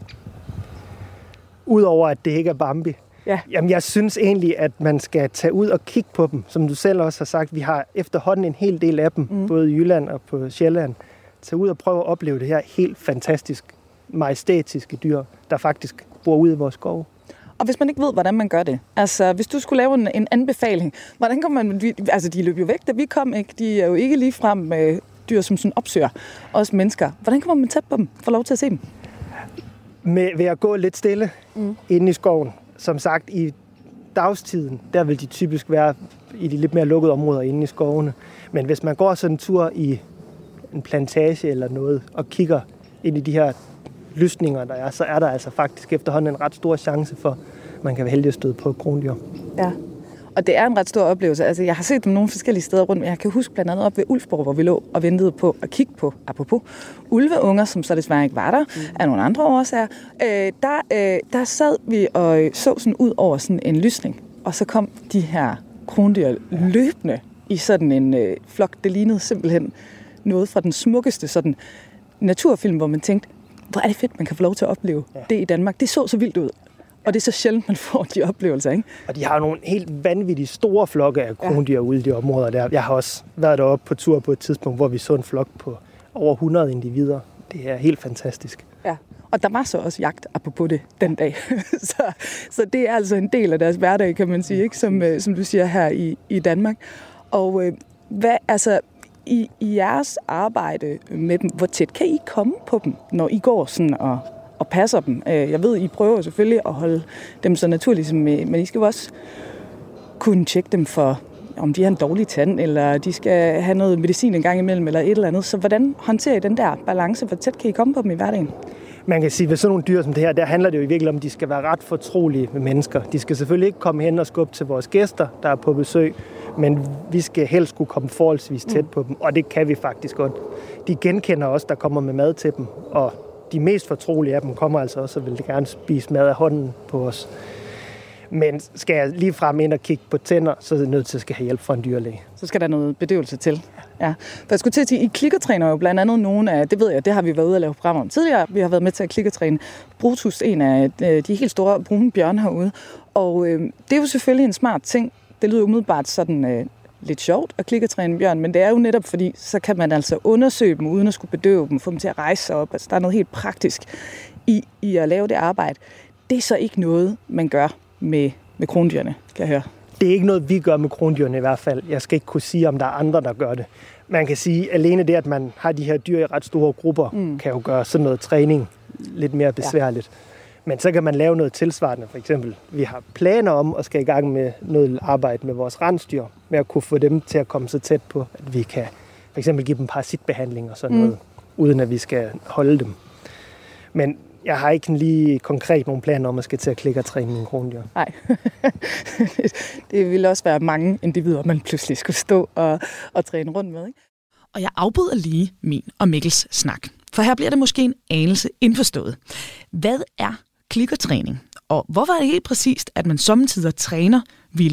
Udover at det ikke er Bambi. Ja. Jamen, jeg synes egentlig, at man skal tage ud og kigge på dem. Som du selv også har sagt, vi har efterhånden en hel del af dem, mm. både i Jylland og på Sjælland. Tag ud og prøve at opleve det her helt fantastisk, majestætiske dyr, der faktisk bor ude i vores skove. Og hvis man ikke ved, hvordan man gør det, altså hvis du skulle lave en, en anbefaling, hvordan kommer man, altså de løb jo væk, da vi kom, ikke? De er jo ikke lige frem med dyr, som sådan opsøger os mennesker. Hvordan kommer man tæt på dem, få lov til at se dem? Med, ved at gå lidt stille mm. inde i skoven. Som sagt, i dagstiden, der vil de typisk være i de lidt mere lukkede områder inde i skovene. Men hvis man går sådan en tur i en plantage eller noget, og kigger ind i de her lysninger, der er, så er der altså faktisk efterhånden en ret stor chance for, at man kan være heldig at støde på krondyr. Ja, og det er en ret stor oplevelse. Altså, jeg har set dem nogle forskellige steder rundt, men jeg kan huske blandt andet op ved Ulfborg, hvor vi lå og ventede på at kigge på, apropos ulveunger, som så desværre ikke var der, mm. af nogle andre årsager. Øh, der, øh, der sad vi og så sådan ud over sådan en lysning, og så kom de her krondyr løbende i sådan en øh, flok. Det lignede simpelthen noget fra den smukkeste sådan naturfilm, hvor man tænkte, hvor er det fedt, man kan få lov til at opleve ja. det i Danmark. Det så så vildt ud. Og det er så sjældent, man får de oplevelser, ikke? Og de har nogle helt vanvittigt store flokke af krondyr ja. ude i de områder der. Jeg har også været deroppe på tur på et tidspunkt, hvor vi så en flok på over hundrede individer. Det er helt fantastisk. Ja, og der var så også jagt apropos det den dag. så, så det er altså en del af deres hverdag, kan man sige, ikke? Som, som du siger her i, i Danmark. Og øh, hvad, altså, i, i jeres arbejde med dem, hvor tæt kan I komme på dem, når I går sådan og og passer dem? Jeg ved, I prøver selvfølgelig at holde dem så naturligt som med, men I skal jo også kunne tjekke dem for, om de har en dårlig tand, eller de skal have noget medicin en gang imellem, eller et eller andet. Så hvordan håndterer I den der balance? Hvor tæt kan I komme på dem i hverdagen? Man kan sige, at ved sådan nogle dyr som det her, der handler det jo virkelig om, at de skal være ret fortrolige med mennesker. De skal selvfølgelig ikke komme hen og skubbe til vores gæster, der er på besøg, men vi skal helst kunne komme forholdsvis tæt på dem, og det kan vi faktisk godt. De genkender os, der kommer med mad til dem, og de mest fortrolige af dem kommer altså også og vil gerne spise mad af hånden på os. Men skal jeg lige frem ind og kigge på tænder, så er jeg nødt til at skal have hjælp fra en dyrlæge. Så skal der noget bedøvelse til. Ja. For jeg skulle til at sige, I klikkertræner jo blandt andet nogle af, det ved jeg, det har vi været ude at lave programmer om tidligere. Vi har været med til at klikkertræne Brutus, en af de helt store brune bjørne herude. Og øh, det er jo selvfølgelig en smart ting. Det lyder umiddelbart sådan øh, lidt sjovt at klikkertræne bjørn, men det er jo netop fordi, så kan man altså undersøge dem, uden at skulle bedøve dem, få dem til at rejse sig op. Altså der er noget helt praktisk i, i at lave det arbejde. Det er så ikke noget, man gør med, med krondyrene, kan jeg høre. Det er ikke noget, vi gør med krondyrene i hvert fald. Jeg skal ikke kunne sige, om der er andre, der gør det. Man kan sige, alene det, at man har de her dyr i ret store grupper, mm. kan jo gøre sådan noget træning lidt mere besværligt. Ja. Men så kan man lave noget tilsvarende. For eksempel, vi har planer om at skal i gang med noget arbejde med vores rensdyr, med at kunne få dem til at komme så tæt på, at vi kan for eksempel give dem parasitbehandling og sådan mm. noget, uden at vi skal holde dem. Men jeg har ikke lige konkret nogen planer om, at skal til at klikke og træne mine krondyr. Nej, det ville også være mange individer, man pludselig skulle stå og, og træne rundt med, ikke? Og jeg afbryder lige min og Mikkels snak, for her bliver det måske en anelse indforstået. Hvad er klikkertræning, og hvorfor er det helt præcist, at man sommetider træner vilde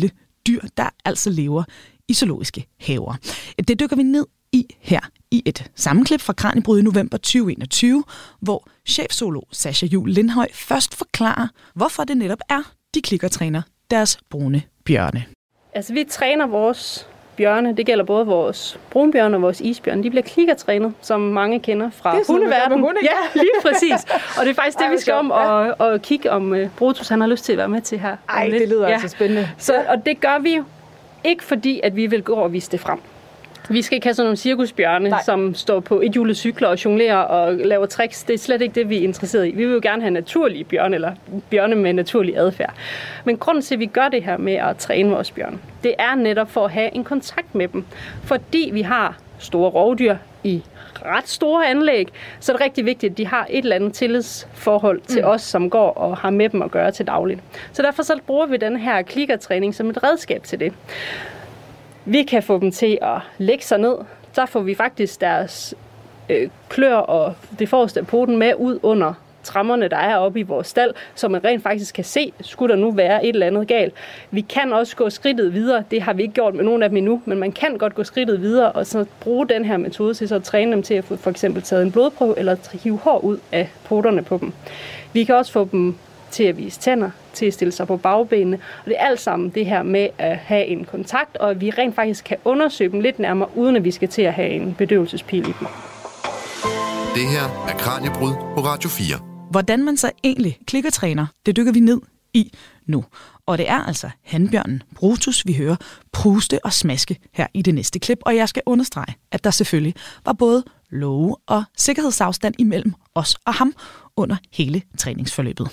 dyr, der altså lever i zoologiske haver. Det dykker vi ned i her i et sammenklip fra Kraniebrud i november tyve enogtyve, hvor chefzoolog Sascha Juhl Lindhøj først forklarer, hvorfor det netop er, de klikkertræner deres brune bjørne. Altså, vi træner vores bjørne, det gælder både vores brunbjørne og vores isbjørne. De bliver klikkertrænet, som mange kender fra hundeverdenen. Hunde. Ja, lige præcis. Og det er faktisk det, Ej, vi skal om og, og kigge, om uh, Brutus han har lyst til at være med til her. Ej, det lyder ja. altså spændende. Så, og det gør vi jo ikke fordi, at vi vil gå og vise det frem. Vi skal ikke have sådan nogle cirkusbjørne, Nej. som står på et hjulet cykler og jonglerer og laver tricks. Det er slet ikke det, vi er interesseret i. Vi vil jo gerne have naturlige bjørne, eller bjørne med naturlig adfærd. Men grunden til, at vi gør det her med at træne vores bjørne, det er netop for at have en kontakt med dem. Fordi vi har store rovdyr i ret store anlæg, så er det rigtig vigtigt, at de har et eller andet tillidsforhold til mm. os, som går og har med dem at gøre til dagligt. Så derfor så bruger vi den her klikkertræning som et redskab til det. Vi kan få dem til at lægge sig ned. Så får vi faktisk deres øh, klør og det forreste af poten med ud under trammerne, der er oppe i vores stald, så man rent faktisk kan se, skulle der nu være et eller andet galt. Vi kan også gå skridtet videre. Det har vi ikke gjort med nogen af dem endnu, men man kan godt gå skridtet videre og så bruge den her metode til så at træne dem til at få for eksempel taget en blodprøve eller hive hår ud af poterne på dem. Vi kan også få dem til at vise tænder, til at stille sig på bagbenene. Og det er alt sammen det her med at have en kontakt, og at vi rent faktisk kan undersøge dem lidt nærmere, uden at vi skal til at have en bedøvelsespil i dem. Det her er Kraniebrud på Radio fire. Hvordan man så egentlig klikkertræner, det dykker vi ned i nu. Og det er altså hanbjørnen Brutus, vi hører pruste og smaske her i det næste klip. Og jeg skal understrege, at der selvfølgelig var både love og sikkerhedsafstand imellem os og ham under hele træningsforløbet.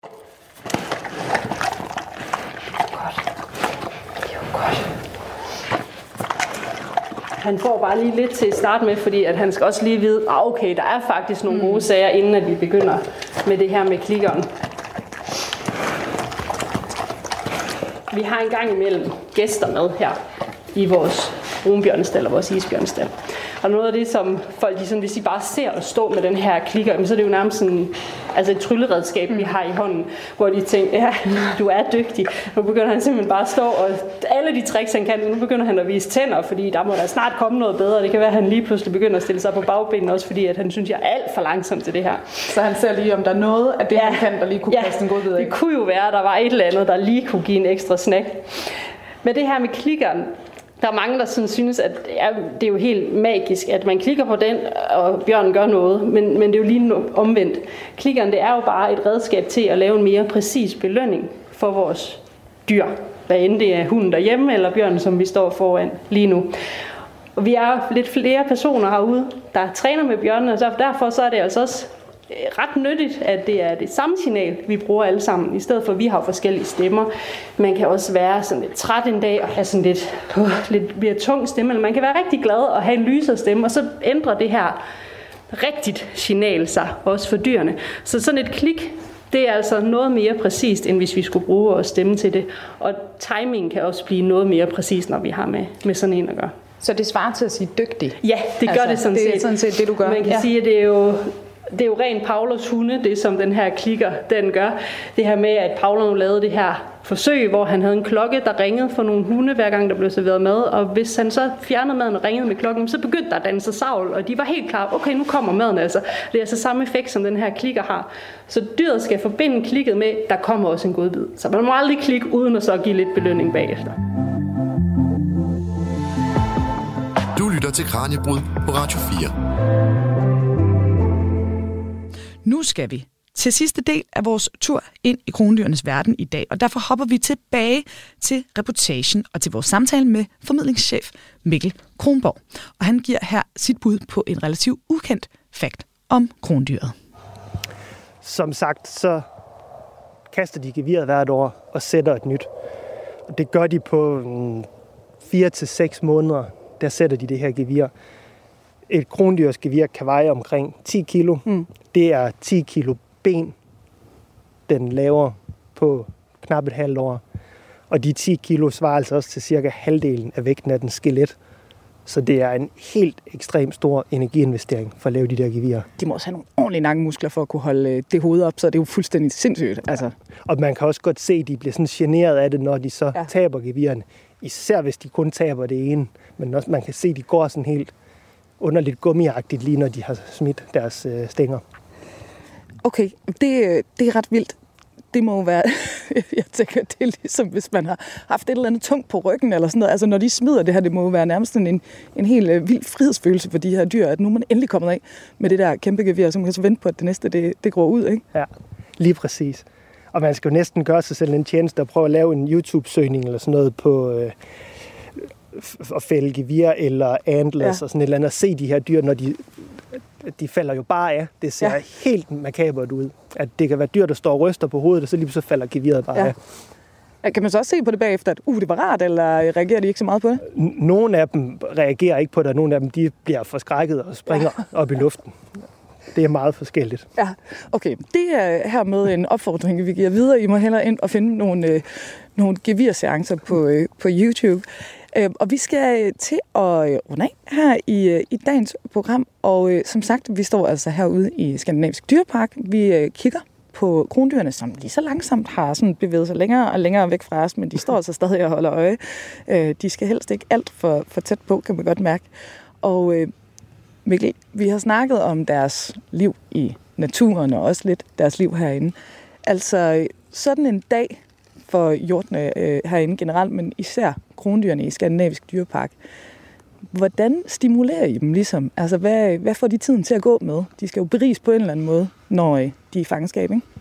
Han får bare lige lidt til at starte med, fordi at han skal også lige vide, at okay, der er faktisk nogle gode sager, inden at vi begynder med det her med klikkeren. Vi har en gang imellem gæster med her i vores brunbjørnestal og vores isbjørnestal. Og noget af det, som folk, de sådan, hvis de bare ser os stå med den her klikker, så er det jo nærmest sådan, altså et trylleredskab, vi har i hånden, hvor de tænker, ja, du er dygtig. Nu begynder han simpelthen bare at stå, og alle de tricks, han kan, nu begynder han at vise tænder, fordi der må der snart komme noget bedre. Det kan være, at han lige pludselig begynder at stille sig på bagbenene, også fordi at han synes, jeg er alt for langsom til det her. Så han ser lige, om der er noget af det, ja, han kan, der lige kunne ja, kaste en god bid af. Det kunne jo være, at der var et eller andet, der lige kunne give en ekstra snack. Men det her med klikkeren, der er mange, der sådan synes, at ja, det er jo helt magisk, at man klikker på den, og bjørnen gør noget, men, men det er jo lige omvendt. Klikkeren, det er jo bare et redskab til at lave en mere præcis belønning for vores dyr. Hvad end det er hunden derhjemme, eller bjørnen, som vi står foran lige nu. Og vi er lidt flere personer herude, der træner med bjørnene, og derfor så er det altså også ret nyttigt, at det er det samme signal, vi bruger alle sammen, i stedet for at vi har forskellige stemmer. Man kan også være sådan lidt træt en dag og have sådan lidt, uh, lidt mere tung stemme, eller man kan være rigtig glad og have en lysere stemme, og så ændrer det her rigtigt signal sig også for dyrene. Så sådan et klik, det er altså noget mere præcist, end hvis vi skulle bruge vores stemme til det. Og timingen kan også blive noget mere præcis, når vi har med, med sådan en at gøre. Så det svarer til at sige dygtig? Ja, det gør altså, det sådan set. Det er sådan set det, du gør. Man kan ja. sige, at det er jo... Det er jo rent Pavlovs hunde, det som den her klikker, den gør. Det her med, at Pavlov lavede det her forsøg, hvor han havde en klokke, der ringede for nogle hunde, hver gang der blev serveret mad. Og hvis han så fjernede maden og ringede med klokken, så begyndte der at danne sig savl, og de var helt klar, okay, nu kommer maden altså. Det er altså samme effekt, som den her klikker har. Så dyret skal forbinde klikket med, der kommer også en godbid. Så man må aldrig klikke, uden at så give lidt belønning bagefter. Du lytter til Kraniebrud på Radio fire. Nu skal vi til sidste del af vores tur ind i krondyrenes verden i dag, og derfor hopper vi tilbage til reportagen og til vores samtale med formidlingschef Mikkel Kronborg. Og han giver her sit bud på en relativt ukendt fakt om krondyret. Som sagt, så kaster de geviret hvert år og sætter et nyt. Og det gør de på fire til seks måneder, der sætter de det her gevir. Et krondyrsgevir kan veje omkring ti kilo. Mm. Det er ti kilo ben, den laver på knap et halvt år. Og de ti kilo svarer altså også til cirka halvdelen af vægten af den skelet. Så det er en helt ekstremt stor energiinvestering for at lave de der gevirer. De må også have nogle ordentlige nakkemuskler for at kunne holde det hoved op, så det er jo fuldstændig sindssygt. Altså. Og man kan også godt se, at de bliver sådan generet af det, når de så ja. taber gevirerne. Især hvis de kun taber det ene. Men også man kan se, at de går sådan helt underligt gummiagtigt, lige når de har smidt deres øh, stænger. Okay, det, det er ret vildt. Det må jo være, jeg tænker, det er ligesom, hvis man har haft et eller andet tungt på ryggen eller sådan noget. Altså, når de smider det her, det må jo være nærmest en, en helt øh, vild frihedsfølelse for de her dyr, at nu er man endelig kommet af med det der kæmpe gevir, så man kan så vente på, at det næste, det, det går ud, ikke? Ja, lige præcis. Og man skal jo næsten gøre sig selv en tjeneste og prøve at lave en YouTube-søgning eller sådan noget på øh, at fælde gevir eller antlers ja. og sådan et eller andet, og se de her dyr, når de... De falder jo bare af. Det ser ja. helt makabert ud. At det kan være dyr, der står og ryster på hovedet, og så lige så falder geviret bare ja. af. Kan man så også se på det bagefter, at uh, det var rart, eller reagerer de ikke så meget på det? Nogle af dem reagerer ikke på det, og nogle af dem de bliver forskrækket og springer ja. op i luften. Det er meget forskelligt. Ja, okay. Det er her med en opfordring, vi giver videre. I må hellere ind og finde nogle, øh, nogle gevirseancer på, øh, på YouTube. Øh, og vi skal til at runde af her i, i dagens program. Og øh, som sagt, vi står altså herude i Skandinavisk Dyrepark. Vi øh, kigger på krondyrene, som lige så langsomt har sådan bevæget sig længere og længere væk fra os, men de står altså stadig og holder øje. Øh, de skal helst ikke alt for, for tæt på, kan man godt mærke. Og øh, Mikkel, vi har snakket om deres liv i naturen, og også lidt deres liv herinde. Altså, sådan en dag for hjortene øh, herinde generelt, men især krondyrene i Skandinavisk Dyrepark. Hvordan stimulerer I dem ligesom? Altså, hvad, hvad får de tiden til at gå med? De skal jo beriges på en eller anden måde, når øh, de er i fangenskab, ikke?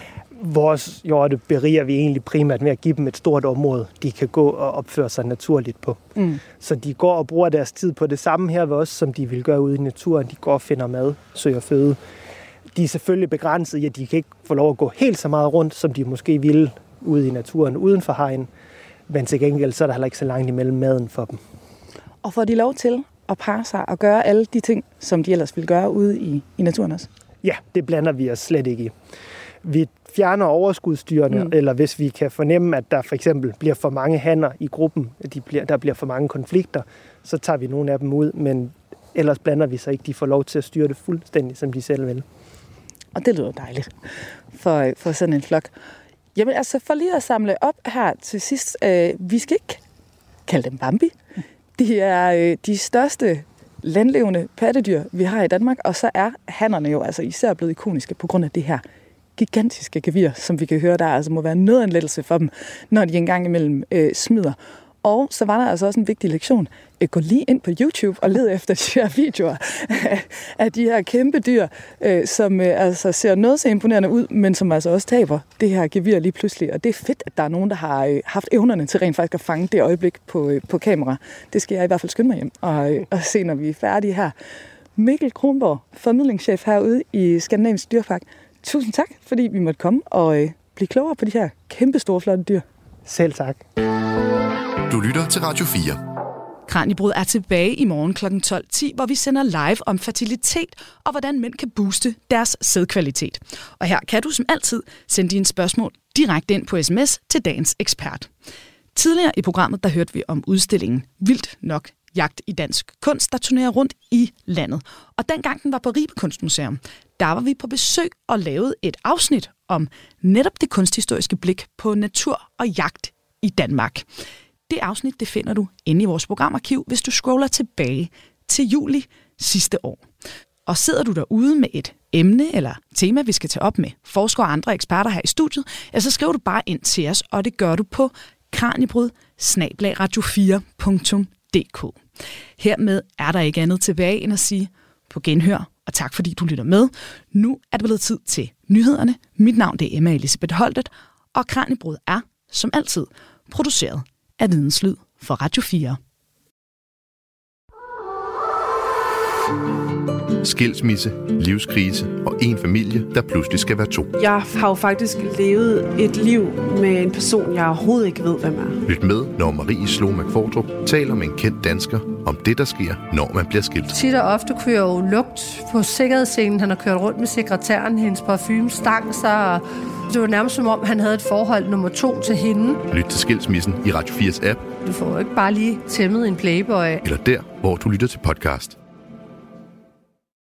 Vores hjorte beriger vi egentlig primært med at give dem et stort område, de kan gå og opføre sig naturligt på. Mm. Så de går og bruger deres tid på det samme her ved os, som de vil gøre ude i naturen. De går og finder mad, søger føde. De er selvfølgelig begrænset i, at de kan ikke få lov at gå helt så meget rundt, som de måske ville ude i naturen uden for hegn. Men til gengæld så er der heller ikke så langt imellem maden for dem. Og får de lov til at parre sig og gøre alle de ting, som de ellers ville gøre ude i, i naturen også? Ja, det blander vi os slet ikke i. Vi fjerner overskudsdyrene, mm. eller hvis vi kan fornemme, at der for eksempel bliver for mange hanner i gruppen, at de bliver, der bliver for mange konflikter, så tager vi nogle af dem ud, men ellers blander vi sig ikke. De får lov til at styre det fuldstændig, som de selv vil. Og det lyder dejligt for, for sådan en flok. Jamen altså, for lige at samle op her til sidst, øh, vi skal ikke kalde dem Bambi. De er øh, de største landlevende pattedyr, vi har i Danmark, og så er hannerne jo altså især blevet ikoniske på grund af det her gigantiske gevir, som vi kan høre, der altså må være noget af en lettelse for dem, når de engang imellem øh, smider. Og så var der altså også en vigtig lektion. Gå lige ind på YouTube og led efter de her videoer af de her kæmpe dyr, øh, som øh, altså ser noget så imponerende ud, men som altså også taber det her gevir lige pludselig. Og det er fedt, at der er nogen, der har øh, haft evnerne til rent faktisk at fange det øjeblik på, øh, på kamera. Det skal jeg i hvert fald skynde mig hjem og, øh, og se, når vi er færdige her. Mikkel Kronborg, formidlingschef herude i Skandinavisk Dyrepark. Tusind tak, fordi vi måtte komme og øh, blive klogere på de her kæmpe store, flotte dyr. Selv tak. Du lytter til Radio fire. Kraniebrud er tilbage i morgen klokken tolv ti, hvor vi sender live om fertilitet og hvordan mænd kan booste deres sædkvalitet. Og her kan du som altid sende dine spørgsmål direkte ind på sms til dagens ekspert. Tidligere i programmet, der hørte vi om udstillingen Vildt nok jagt i dansk kunst, der turnerer rundt i landet. Og dengang den var på Ribe Kunstmuseum, der var vi på besøg og lavede et afsnit om netop det kunsthistoriske blik på natur og jagt i Danmark. Det afsnit, det finder du inde i vores programarkiv, hvis du scroller tilbage til juli sidste år. Og sidder du derude med et emne eller tema, vi skal tage op med forskere og andre eksperter her i studiet, ja, så skriver du bare ind til os, og det gør du på kraniebrud bindestreg radio fire punktum d k. Hermed er der ikke andet tilbage end at sige på genhør, og tak fordi du lytter med. Nu er det blevet tid til nyhederne. Mit navn det er Emma Elisabeth Holtet, og Kraniebrud er, som altid, produceret af Videnslyd for Radio fire. skilsmisse, livskrise og en familie, der pludselig skal være to. Jeg har jo faktisk levet et liv med en person, jeg overhovedet ikke ved, hvem er. Lyt med, når Marie Slo McFordrup taler med en kendt dansker om det, der sker, når man bliver skilt. Tit og ofte kunne jeg jo lugt på sikkerhedsscenen. Han har kørt rundt med sekretæren, hendes parfume stank sig, og det var nærmest som om, han havde et forhold nummer to til hende. Lyt til Skilsmissen i Radio fires app. Du får jo ikke bare lige tæmmet en playboy. Eller der, hvor du lytter til podcast.